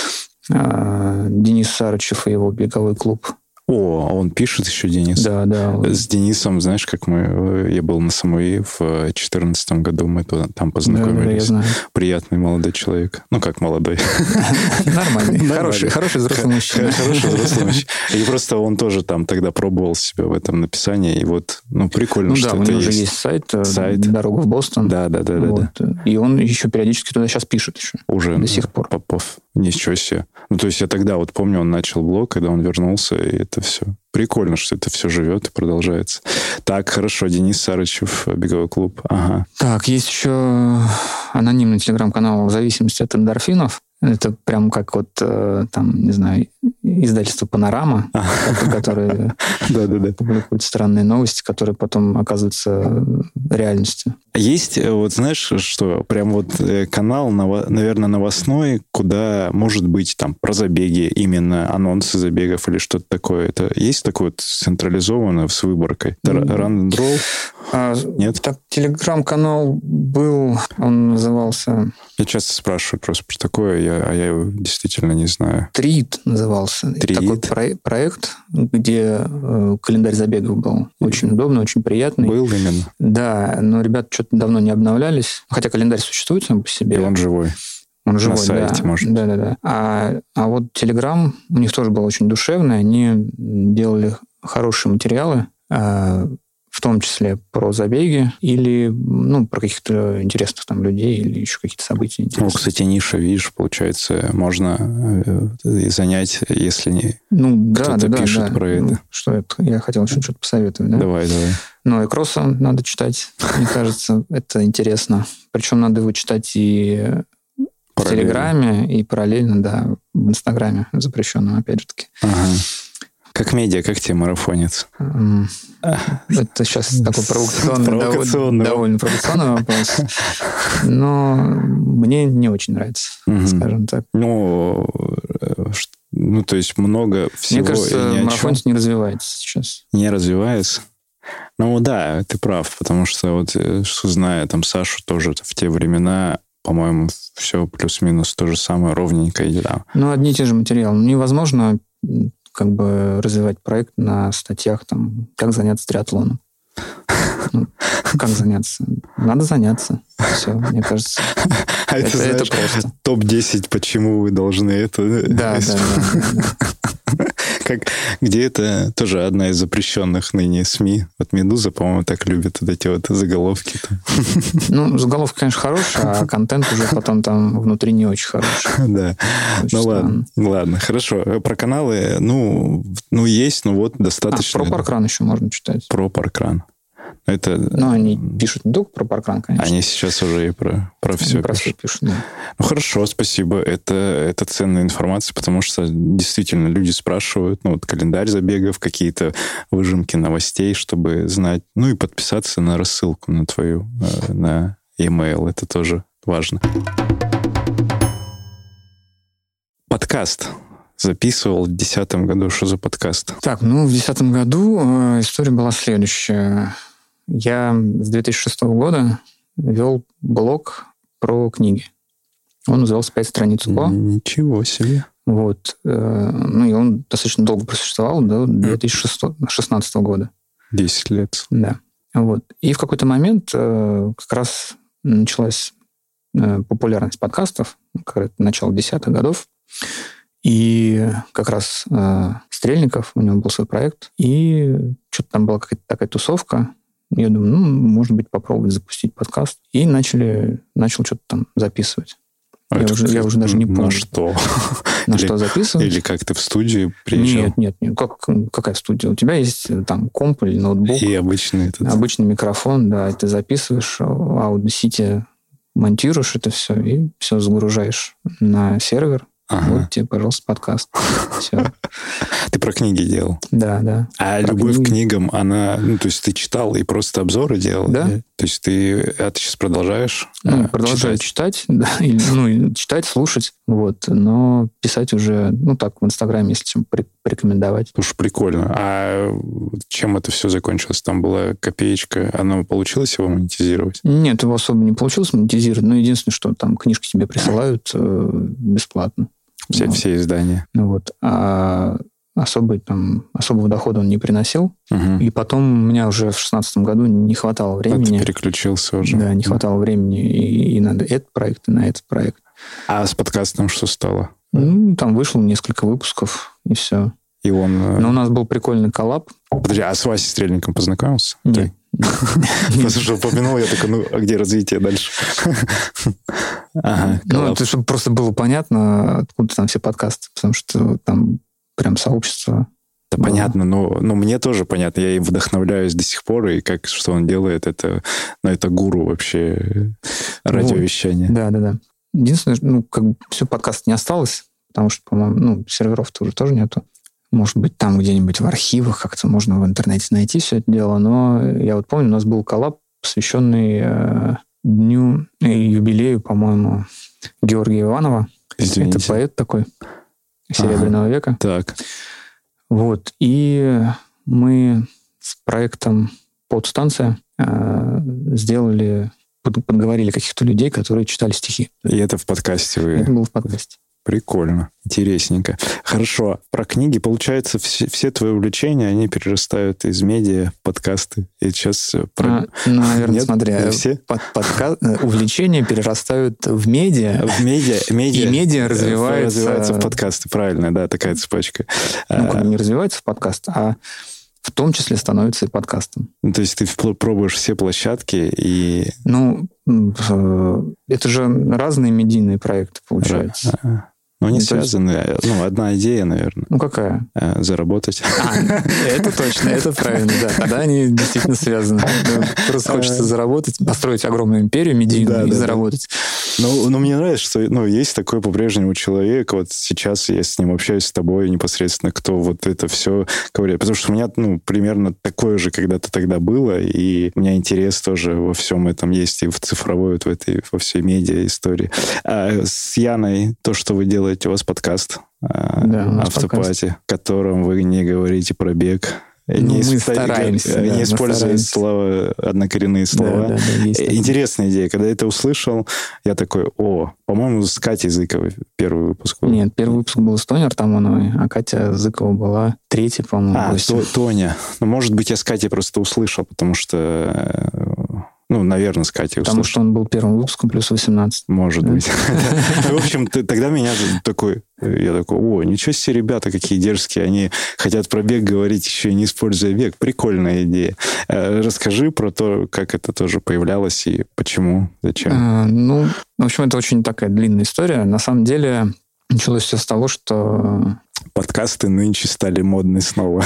Денис Сарычев и его беговой клуб. А он пишет еще, Денис? Да. С Денисом, знаешь, как я был на Самуи в 2014 году, мы там познакомились. Да, я знаю. Приятный молодой человек. Как молодой. Нормальный. Хороший взрослый мужчина. Хороший взрослый мужчина. И просто он тоже там тогда пробовал себя в этом написании. И прикольно, что это есть. У него уже есть сайт «Дорога в Бостон». Да. И он еще периодически туда сейчас пишет еще. Уже. До сих пор. Попов. Ничего себе. То есть я тогда помню, он начал блог, когда он вернулся, и это все. Прикольно, что это все живет и продолжается. Так, хорошо. Денис Сарычев, беговой клуб. Ага. Так, есть еще анонимный телеграм-канал «В зависимости от эндорфинов». Это прям как издательство «Панорама», которое публикует странные новости, которые потом оказываются реальностью. Есть, знаешь, что прям канал, наверное, новостной, куда может быть там про забеги, именно анонсы забегов или что-то такое. Это есть такое централизованное с выборкой? Run and Roll? Нет? Так, телеграм-канал был, он назывался... Я часто спрашиваю просто про такое, я его действительно не знаю. Трит назывался. Такой проект, где календарь забегов был. Очень удобно, очень приятный. Был именно? Да, но ребята что-то давно не обновлялись. Хотя календарь существует сам по себе. И он живой. Он живой, на сайте, да. может. Да. А вот Telegram, у них тоже был очень душевный. Они делали хорошие материалы, в том числе про забеги или про каких-то интересных там людей или еще какие-то события интересные. Кстати, ниша, видишь, получается, можно занять, если кто-то пишет про это. Что это? Я хотел еще что-то посоветовать. Да? Давай. Экроса надо читать. Мне кажется, это интересно. Причем надо его читать и в Телеграме, и параллельно, да, в Инстаграме, запрещенном, опять же таки. Ага. Как медиа, как тебе марафонец? Это сейчас такой провокационный, довольно провокационный вопрос. Но мне не очень нравится, скажем так. То есть много всего. Мне кажется, марафонец не развивается сейчас. Не развивается? Да, ты прав, потому что зная там Сашу тоже в те времена, по-моему, все плюс-минус то же самое, ровненько идет. Одни и те же материалы. Невозможно развивать проект на статьях, там, как заняться триатлоном. Как заняться? Надо заняться. Все, мне кажется. Это просто. Топ-10, почему вы должны это... Да. Где это тоже одна из запрещенных ныне СМИ. «Медуза», по-моему, так любит эти заголовки. Заголовки, конечно, хорошие, а контент уже потом там внутри не очень хороший. Да. Ладно, хорошо. Про каналы, есть, достаточно. Про Паркран еще можно читать. Про Паркран. Они пишут не только про Паркран, конечно. Они сейчас уже и про все пишут. Да. Хорошо, спасибо. Это ценная информация, потому что действительно люди спрашивают, календарь забегов, какие-то выжимки новостей, чтобы знать. И подписаться на рассылку на твою, на e-mail. Это тоже важно. Подкаст. Записывал в 2010 году. Что за подкаст? Так, в 2010 году история была следующая. Я с 2006 года вел блог про книги. Он назывался «5 страниц УКО». Ничего себе. И он достаточно долго просуществовал, до 2016 года. 10 лет. Да. И в какой-то момент как раз началась популярность подкастов, начало 10-х годов. И как раз Стрельников, у него был свой проект, и что-то там была какая-то такая тусовка. Я думаю, может быть, попробовать запустить подкаст. И начал что-то там записывать. Я уже даже не помню. На что? На что записывать? Или как ты в студию приезжал? Нет. Какая студия? У тебя есть там комп или ноутбук. И обычный микрофон, да. И ты записываешь, Audacity монтируешь это все, и все загружаешь на сервер. Вот тебе, пожалуйста, подкаст. Все. Ты про книги делал? Да. А про любовь к книгам, она... то есть ты читал и просто обзоры делал? Да. То есть ты сейчас продолжаешь продолжаю читать, да, читать, слушать, но писать уже, так, в Инстаграме, если чем порекомендовать. Слушай, прикольно. А чем это все закончилось? Там была копеечка, оно получилось его монетизировать? Нет, его особо не получилось монетизировать, но единственное, что там книжки тебе присылают бесплатно. Все издания. А особого дохода он не приносил. И потом у меня уже в 2016 году не хватало времени. Ты переключился уже. Да, не хватало времени и на этот проект, и на этот проект. А с подкастом что стало? Там вышло несколько выпусков, и все. И он... Но у нас был прикольный коллаб. Подожди, а с Васей Стрельником познакомился? Нет. Просто что упомянул, я такой, а где развитие дальше? Это чтобы просто было понятно, откуда там все подкасты, потому что там прям сообщество. Да, понятно, но мне тоже понятно. Я им вдохновляюсь до сих пор, и что он делает, это гуру вообще радиовещания. Да. Единственное, все, подкаст не осталось, потому что, по-моему, серверов-то уже тоже нету. Может быть, там где-нибудь в архивах как-то можно в интернете найти все это дело. Но я помню, у нас был коллаб, посвященный дню, юбилею, по-моему, Георгия Иванова. Извините. Это поэт такой Серебряного века. Так. И мы с проектом «Подстанция» подговорили каких-то людей, которые читали стихи. И это в подкасте вы... Это было в подкасте. Прикольно, интересненько. Хорошо, про книги, получается, все твои увлечения, они перерастают из медиа в подкасты. И сейчас... наверное, Нет? смотря, все? увлечения перерастают в медиа. В медиа, и медиа развивается в подкасты, правильно, да, такая цепочка. Не развивается в подкаст, а в том числе становится и подкастом. То есть ты пробуешь все площадки и... Это же разные медийные проекты, получается. Не связаны. Одна идея, наверное. Какая? Заработать. Это точно, это правильно, да. Тогда они действительно связаны. Просто хочется заработать, построить огромную империю медийную и заработать. Но мне нравится, что есть такой по-прежнему человек. Вот сейчас я с ним общаюсь, с тобой непосредственно, кто вот это все говорит. Потому что у меня примерно такое же когда-то тогда было, и у меня интерес тоже во всем этом есть, и в цифровой, во всей медиа истории. А с Яной то, что вы делаете, у вас подкаст «Автопати», в котором вы не говорите про бег. Мы стараемся. Не используя однокоренные слова. Да, интересная идея. Когда я это услышал, я такой, по-моему, с Катей Зыковой первый выпуск был. Нет, первый выпуск был с Тоней Артамоновой, а Катя Зыкова была третий, по-моему. Тоня. Может быть, я с Катей просто услышал, потому что... наверное, с Катей услышал. Потому что он был первым выпуском плюс 18. Может быть. В общем, тогда меня такой... Я такой, ничего себе, ребята, какие дерзкие. Они хотят про бег говорить, еще и не используя бег. Прикольная идея. Расскажи про то, как это тоже появлялось и почему, зачем. В общем, это очень такая длинная история. На самом деле, началось все с того, что... Подкасты нынче стали модны снова.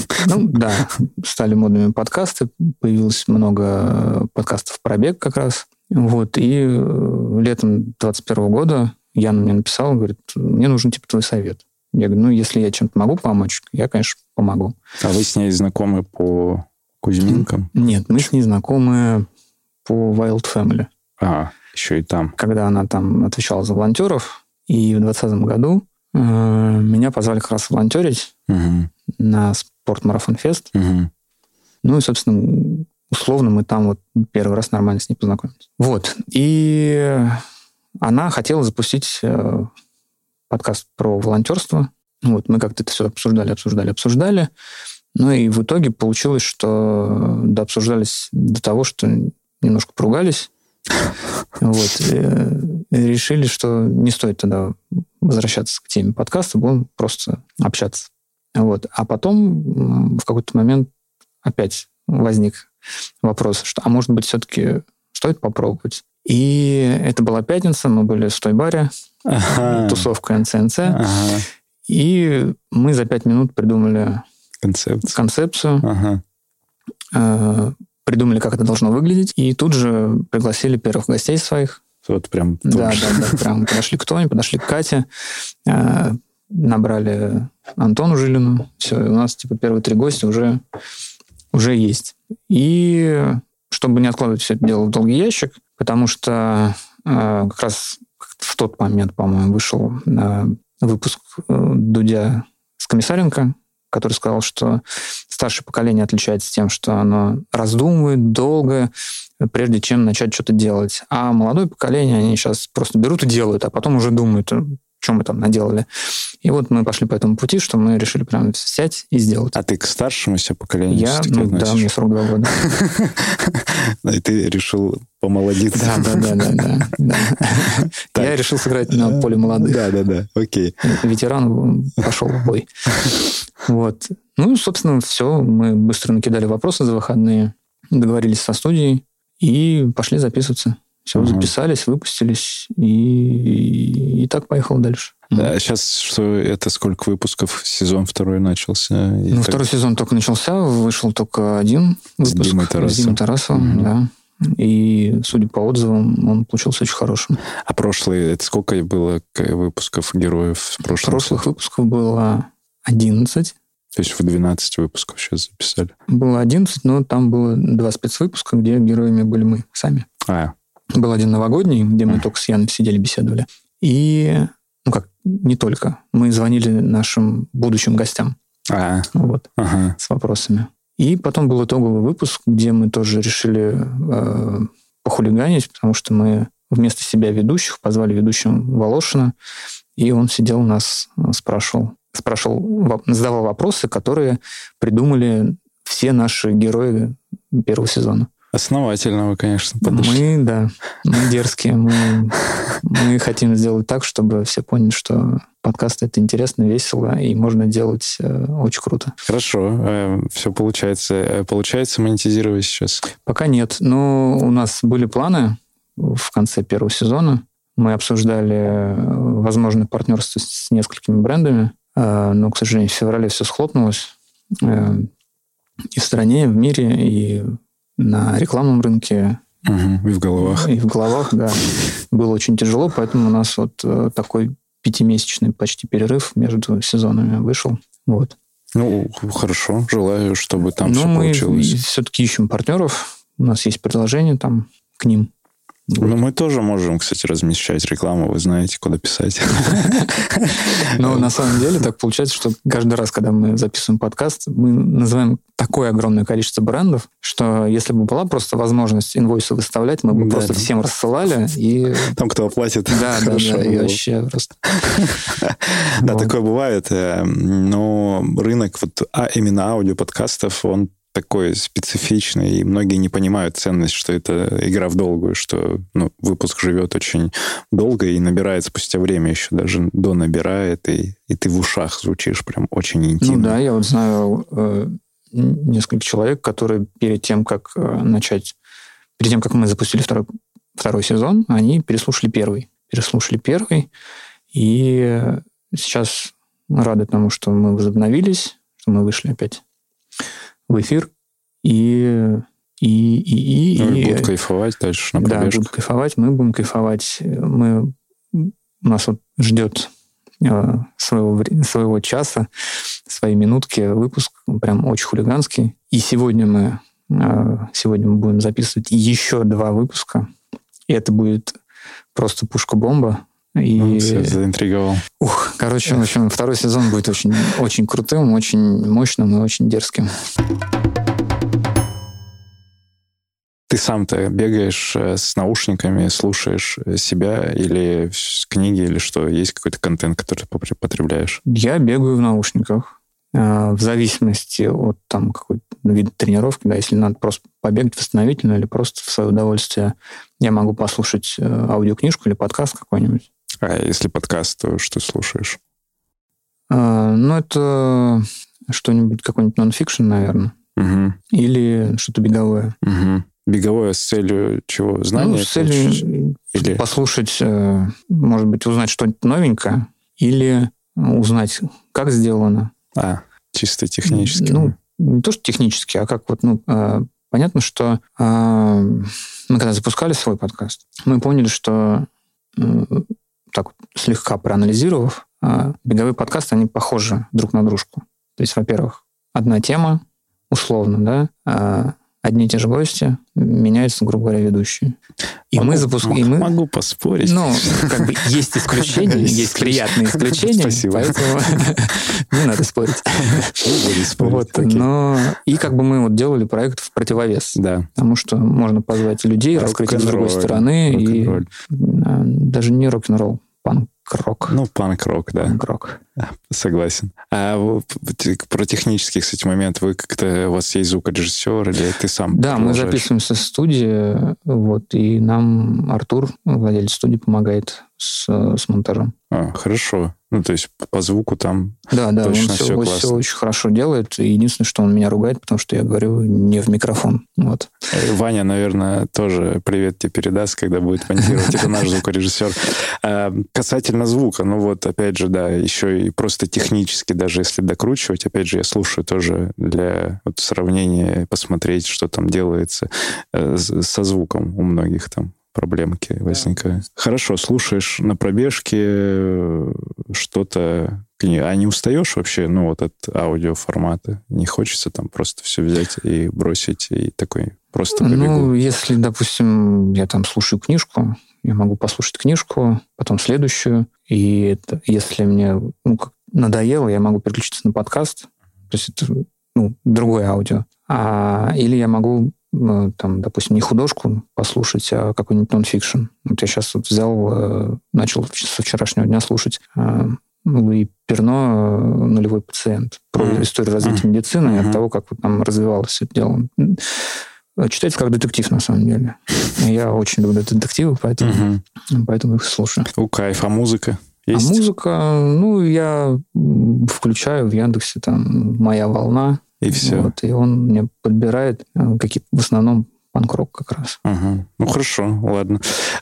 Да, стали модными подкасты. Появилось много подкастов про бег как раз. И летом 2021 года Яна мне написала, говорит, мне нужен твой совет. Я говорю, если я чем-то могу помочь, я, конечно, помогу. А вы с ней знакомы по Кузьминкам? Нет, мы с ней знакомы по Wild Family. Еще и там. Когда она там отвечала за волонтеров, и в 2020 году меня позвали как раз волонтерить на спорт-марафон-фест. И, собственно, условно мы там первый раз нормально с ней познакомились. И она хотела запустить подкаст про волонтерство. Мы как-то это все обсуждали. И в итоге получилось, что дообсуждались до того, что немножко поругались. И решили, что не стоит тогда возвращаться к теме подкаста, будем просто общаться. А потом в какой-то момент опять возник вопрос, что, может быть, все-таки стоит попробовать. И это была пятница, мы были в той-баре, тусовка НЦНЦ, и мы за 5 минут придумали концепцию, придумали, как это должно выглядеть, и тут же пригласили первых гостей своих. Прям... прям подошли к Тоне, подошли к Кате, набрали Антону Жилину. Все, у нас первые 3 гостя уже есть. И чтобы не откладывать все это дело в долгий ящик, потому что как раз в тот момент, по-моему, вышел выпуск Дудя с Комиссаренко, который сказал, что старшее поколение отличается тем, что оно раздумывает долго, прежде чем начать что-то делать. А молодое поколение, они сейчас просто берут и делают, а потом уже думают, что мы там наделали. И мы пошли по этому пути, что мы решили прям сесть и сделать. А ты к старшему поколению относишься? Да, мне 42 года. И ты решил помолодиться. Да. Я решил сыграть на поле молодых. Да, окей. Ветеран пошел в бой. Собственно, все. Мы быстро накидали вопросы за выходные, договорились со студией и пошли записываться. Все, записались, выпустились, и так поехал дальше. Сейчас это сколько выпусков? Сезон 2 начался? Второй сезон только начался, вышел только 1 выпуск. С Димой Тарасовым, да. И, судя по отзывам, он получился очень хорошим. А прошлые, это сколько было выпусков героев в прошлом? Прошлых выпусков было 11. То есть вы 12 выпусков сейчас записали? Было 11, но там было 2 спецвыпуска, где героями были мы сами. Был один новогодний, где мы только с Яной сидели, беседовали. И, не только. Мы звонили нашим будущим гостям. С вопросами. И потом был итоговый выпуск, где мы тоже решили похулиганить, потому что мы вместо себя ведущих позвали ведущего Волошина, и он сидел у нас, спрашивал, задавал вопросы, которые придумали все наши герои первого сезона. Основательно вы, конечно, подошли. Мы дерзкие. Мы хотим сделать так, чтобы все поняли, что подкаст — это интересно, весело, и можно делать очень круто. Хорошо. Все получается. Получается монетизировать сейчас? Пока нет. Но у нас были планы в конце первого сезона. Мы обсуждали возможное партнерство с несколькими брендами, но, к сожалению, в феврале все схлопнулось. И в стране, и в мире, и на рекламном рынке. И в головах. И в головах, да. Было очень тяжело, поэтому у нас вот такой 5-месячный почти перерыв между сезонами вышел. Вот. Ну, хорошо. Желаю, чтобы там все получилось. Мы все-таки ищем партнеров. У нас есть предложение там к ним. Ну, мы тоже можем, кстати, размещать рекламу. Вы знаете, куда писать. Но на самом деле так получается, что каждый раз, когда мы записываем подкаст, мы называем такое огромное количество брендов, что если бы была просто возможность инвойсы выставлять, мы бы просто всем рассылали. И... Там, кто оплатит. Да, и вообще просто... Да, такое бывает. Но рынок именно аудиоподкастов, он такой специфичный, и многие не понимают ценность, что это игра в долгую, что выпуск живет очень долго и набирает спустя время еще, даже донабирает, и ты в ушах звучишь прям очень интимно. Ну да, я вот знаю несколько человек, которые перед тем, как мы запустили второй сезон, они переслушали первый, и сейчас рады тому, что мы возобновились, что мы вышли опять в эфир, и будут кайфовать дальше на пробежках. Да, будут кайфовать, мы будем кайфовать. Нас вот ждет своего часа, своей минутки выпуск, прям очень хулиганский. И сегодня мы будем записывать еще 2 выпуска, и это будет просто пушка-бомба. Все заинтриговал. Короче, в общем, второй сезон будет очень, очень крутым, очень мощным и очень дерзким. Ты сам-то бегаешь с наушниками, слушаешь себя или книги, или что? Есть какой-то контент, который ты потребляешь? Я бегаю в наушниках. В зависимости от какой-то вида тренировки, да, если надо просто побегать восстановительно или просто в свое удовольствие, я могу послушать аудиокнижку или подкаст какой-нибудь. А если подкаст, то что слушаешь? Это что-нибудь, какой-нибудь нон-фикшн, наверное. Или что-то беговое. Беговое с целью чего? Знания? С целью послушать, может быть, узнать что-нибудь новенькое или узнать, как сделано. Чисто технически. Не то, что технически, а как понятно, что мы когда запускали свой подкаст, мы поняли, что так вот, слегка проанализировав, беговые подкасты, они похожи друг на дружку. То есть, во-первых, одна тема, условно, да, одни и те же гости, меняются, грубо говоря, ведущие. Могу поспорить. Есть исключения, есть приятные исключения. Спасибо. Поэтому не надо спорить. И мы делали проект в противовес. Да. Потому что можно позвать людей, раскрыть их с другой стороны. И даже не рок-н-ролл, панк-рок. Панк-рок, да. Панк-рок. Согласен. Про технический, кстати, момент. У вас есть звукорежиссер или ты сам? Да, мы записываемся в студии, и нам Артур, владелец студии, помогает с монтажом. Хорошо. То есть по звуку там точно он все очень хорошо делает. И единственное, что он меня ругает, потому что я говорю не в микрофон. Вот. Ваня, наверное, тоже привет тебе передаст, когда будет монтировать. Это наш звукорежиссер. Касательно звука, опять же, да, еще и просто технически, даже если докручивать, опять же, я слушаю тоже для сравнения, посмотреть, что там делается со звуком у многих там. Проблемки возникают. Хорошо, слушаешь на пробежке что-то... А не устаешь вообще, от аудиоформата? Не хочется там просто все взять и бросить, и такой просто побегу? Если, допустим, я там слушаю книжку, я могу послушать книжку, потом следующую, и если мне надоело, я могу переключиться на подкаст, то есть это другое аудио. Или я могу там, допустим, не художку послушать, а какой-нибудь нон-фикшн. Вот я сейчас вот взял, начал со вчерашнего дня слушать Луи Перно «Нулевой пациент», про историю развития медицины и от того, как вот там развивалось это дело. Читается как детектив, на самом деле. Я очень люблю детективы, поэтому их слушаю. Кайф. А музыка есть? А музыка, я включаю в Яндексе там «Моя волна». И все. Вот, и он мне подбирает какие-то, в основном, панк-рок как раз. Ну, хорошо, ладно.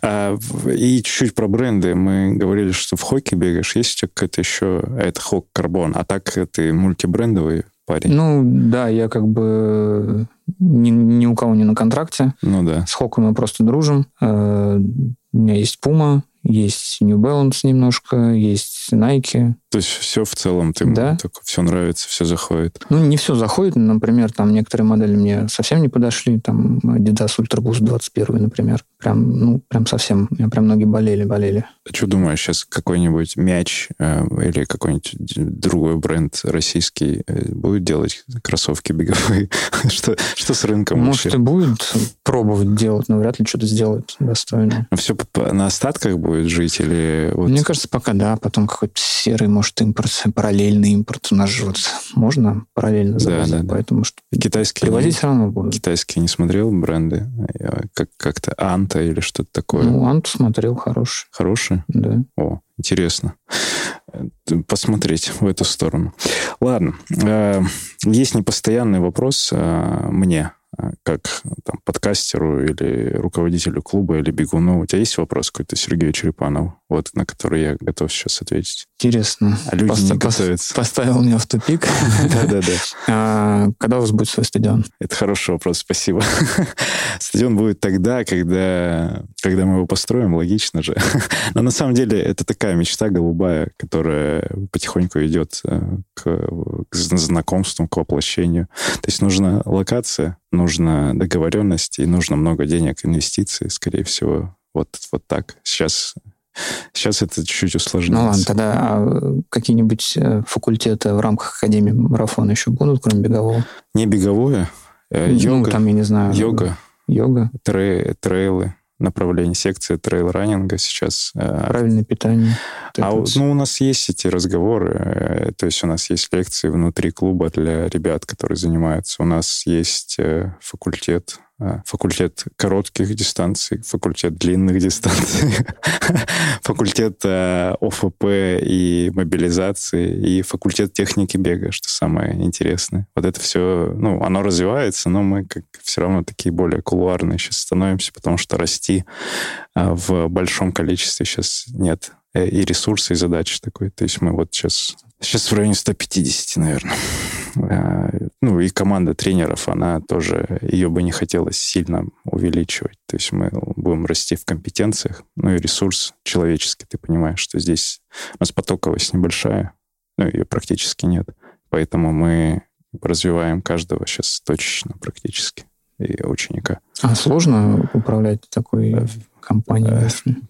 И чуть-чуть про бренды. Мы говорили, что в Хоке бегаешь. Есть у тебя какая-то еще... Это Хок Карбон. А так ты мультибрендовый парень? Да, я как бы ни у кого не на контракте. Да. С Хоком мы просто дружим. У меня есть Puma, есть New Balance немножко, есть Nike. То есть все в целом только все нравится, все заходит? Не все заходит. Например, там некоторые модели мне совсем не подошли. Там Adidas Ultra Boost 21, например. Прям совсем. У меня прям ноги болели. А что думаешь, сейчас какой-нибудь мяч или какой-нибудь другой бренд российский будет делать кроссовки беговые? Что с рынком? Может, и будет пробовать делать, но вряд ли что-то сделает достойно. Все на остатках будет жить или... Мне кажется, пока да. Потом какой-то серый, может, импорт, параллельный импорт. У нас же вот можно параллельно завозить, поэтому что привозить все равно будут. Китайские не смотрел бренды? Как-то Анта или что-то такое? Анту смотрел, хороший. Хороший? Да. О, интересно. Посмотреть в эту сторону. Ладно. Есть непостоянный вопрос мне, как там, подкастеру или руководителю клуба или бегуну. У тебя есть вопрос какой-то Сергею Черепанову, на который я готов сейчас ответить? Интересно. А люди не готовятся. Поставил меня в тупик. Да. Когда у вас будет свой стадион? Это хороший вопрос, спасибо. Стадион будет тогда, когда мы его построим, логично же. Но на самом деле это такая мечта голубая, которая потихоньку идет к знакомству, к воплощению. То есть нужна локация, нужна договоренность и нужно много денег, инвестиций, скорее всего. Вот так. Сейчас это чуть-чуть усложняется. Ладно, тогда какие-нибудь факультеты в рамках Академии марафона еще будут, кроме бегового? Не беговое. Йога. Там, я не знаю. Йога. Трейлы. Направление секции трейл-раннинга сейчас. Правильное питание. У нас есть эти разговоры. То есть у нас есть лекции внутри клуба для ребят, которые занимаются. У нас есть факультет коротких дистанций, факультет длинных дистанций, факультет ОФП и мобилизации, и факультет техники бега, что самое интересное. Вот это все, оно развивается, но мы все равно такие более кулуарные сейчас становимся, потому что расти в большом количестве сейчас нет. И ресурсы, и задачи такой. То есть мы вот сейчас в районе 150, наверное. И команда тренеров, она тоже, ее бы не хотелось сильно увеличивать. То есть мы будем расти в компетенциях, и ресурс человеческий. Ты понимаешь, что здесь у нас потоковость небольшая, ее практически нет. Поэтому мы развиваем каждого сейчас точечно практически и ученика. А сложно управлять такой компанией?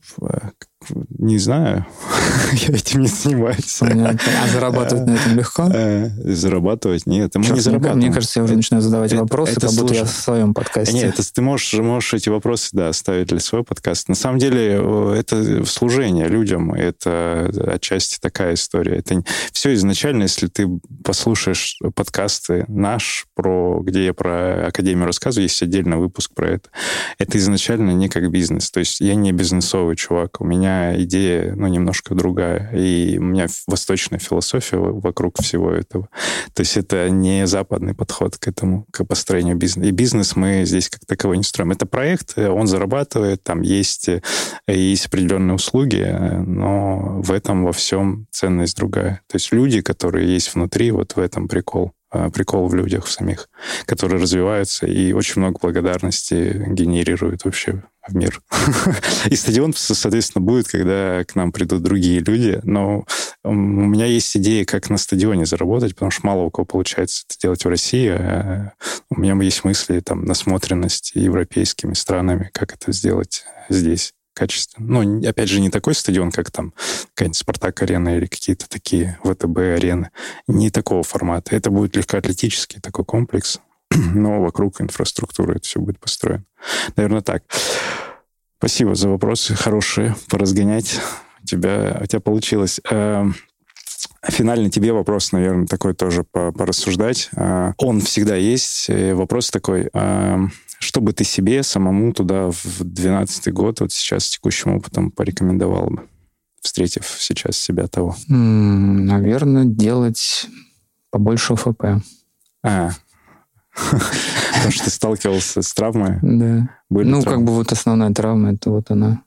Не знаю. Я этим не занимаюсь. Понятно. А зарабатывать на этом легко? Зарабатывать? Нет, мы не зарабатываем. Мне кажется, я уже начинаю задавать вопросы, как будто я в своем подкасте. Нет, ты можешь эти вопросы, оставить для своего подкаста. На самом деле, это служение людям, это отчасти такая история. Это все изначально, если ты послушаешь подкасты где я про Академию рассказываю, есть отдельный выпуск про это. Это изначально не как бизнес. То есть я не бизнесовый чувак. У меня идея, немножко другая. И у меня восточная философия вокруг всего этого. То есть это не западный подход к этому, к построению бизнеса. И бизнес мы здесь как таковой не строим. Это проект, он зарабатывает, там есть определенные услуги, но в этом во всем ценность другая. То есть люди, которые есть внутри, вот в этом прикол. Прикол в людях в самих, которые развиваются и очень много благодарности генерируют вообще в мир. И стадион, соответственно, будет, когда к нам придут другие люди. Но у меня есть идея, как на стадионе заработать, потому что мало у кого получается это делать в России. У меня есть мысли, насмотренность европейскими странами, как это сделать здесь качественно. Опять же, не такой стадион, как там какая-нибудь Спартак-арена или какие-то такие ВТБ-арены. Не такого формата. Это будет легкоатлетический такой комплекс. но вокруг инфраструктуры это все будет построено. Наверное, так. Спасибо за вопросы хорошие, поразгонять. У тебя получилось. Финальный тебе вопрос, наверное, такой тоже порассуждать. Он всегда есть. Вопрос такой, что бы ты себе самому туда в 12-й год, вот сейчас с текущим опытом порекомендовал бы, встретив сейчас себя того? Наверное, делать побольше ОФП. Потому что ты сталкивался с травмой? Да. Были как бы вот основная травма, это вот она.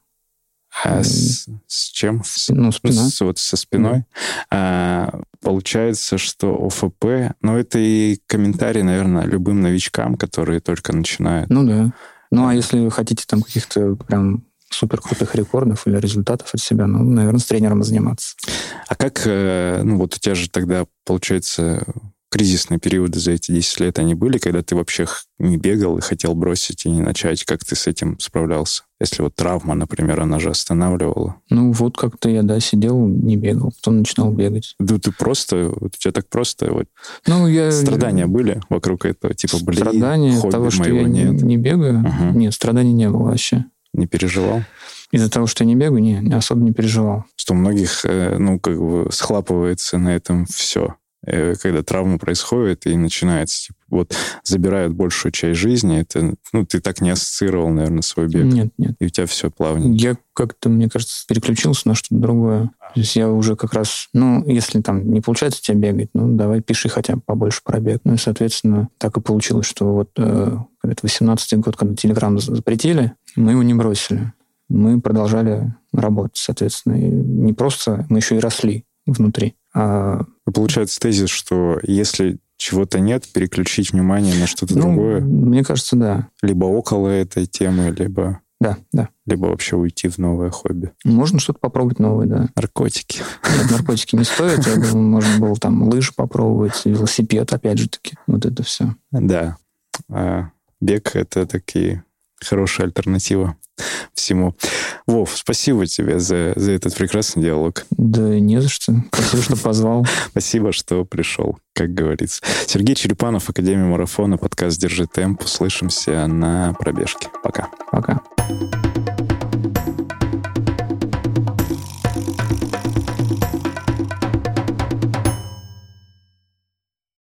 С чем? Спина. Вот со спиной. Да. Получается, что ОФП... это и комментарий, наверное, любым новичкам, которые только начинают. Да. А если вы хотите там каких-то прям супер крутых рекордов или результатов от себя, наверное, с тренером заниматься. А как... у тебя же тогда, получается... кризисные периоды за эти 10 лет, они были, когда ты вообще не бегал и хотел бросить и не начать? Как ты с этим справлялся? Если вот травма, например, она же останавливала. Как-то я, сидел, не бегал, потом начинал бегать. Да ты просто... у тебя так просто... Страдания были вокруг этого? Типа, страдания хобби того, что я нет. не бегаю? Угу. Нет, страданий не было вообще. Не переживал? Из-за того, что я не бегаю, не особо не переживал. Что у многих, схлапывается на этом все. Когда травма происходит и начинается, забирают большую часть жизни, это, ты так не ассоциировал, наверное, свой бег. Нет. И у тебя все плавненько. Я как-то, мне кажется, переключился на что-то другое. То есть я уже как раз, если там не получается у тебя бегать, давай пиши хотя бы побольше про бег. И, соответственно, так и получилось, что это 18-й год, когда Telegram запретили, мы его не бросили. Мы продолжали работать, соответственно. И не просто, мы еще и росли внутри. Получается тезис, что если чего-то нет, переключить внимание на что-то другое. Мне кажется, да. Либо около этой темы, либо... Да. Либо вообще уйти в новое хобби. Можно что-то попробовать новое, да. Наркотики. Нет, наркотики не стоят. Я думаю, можно было там лыжи попробовать, велосипед, опять же таки. Вот это все. Да. Бег — это такие хорошая альтернатива всему. Вов, спасибо тебе за этот прекрасный диалог. Да не за что. Спасибо, что позвал. Спасибо, что пришел, как говорится. Сергей Черепанов, Академия марафона, подкаст «Держи темп». Услышимся на пробежке. Пока. Пока.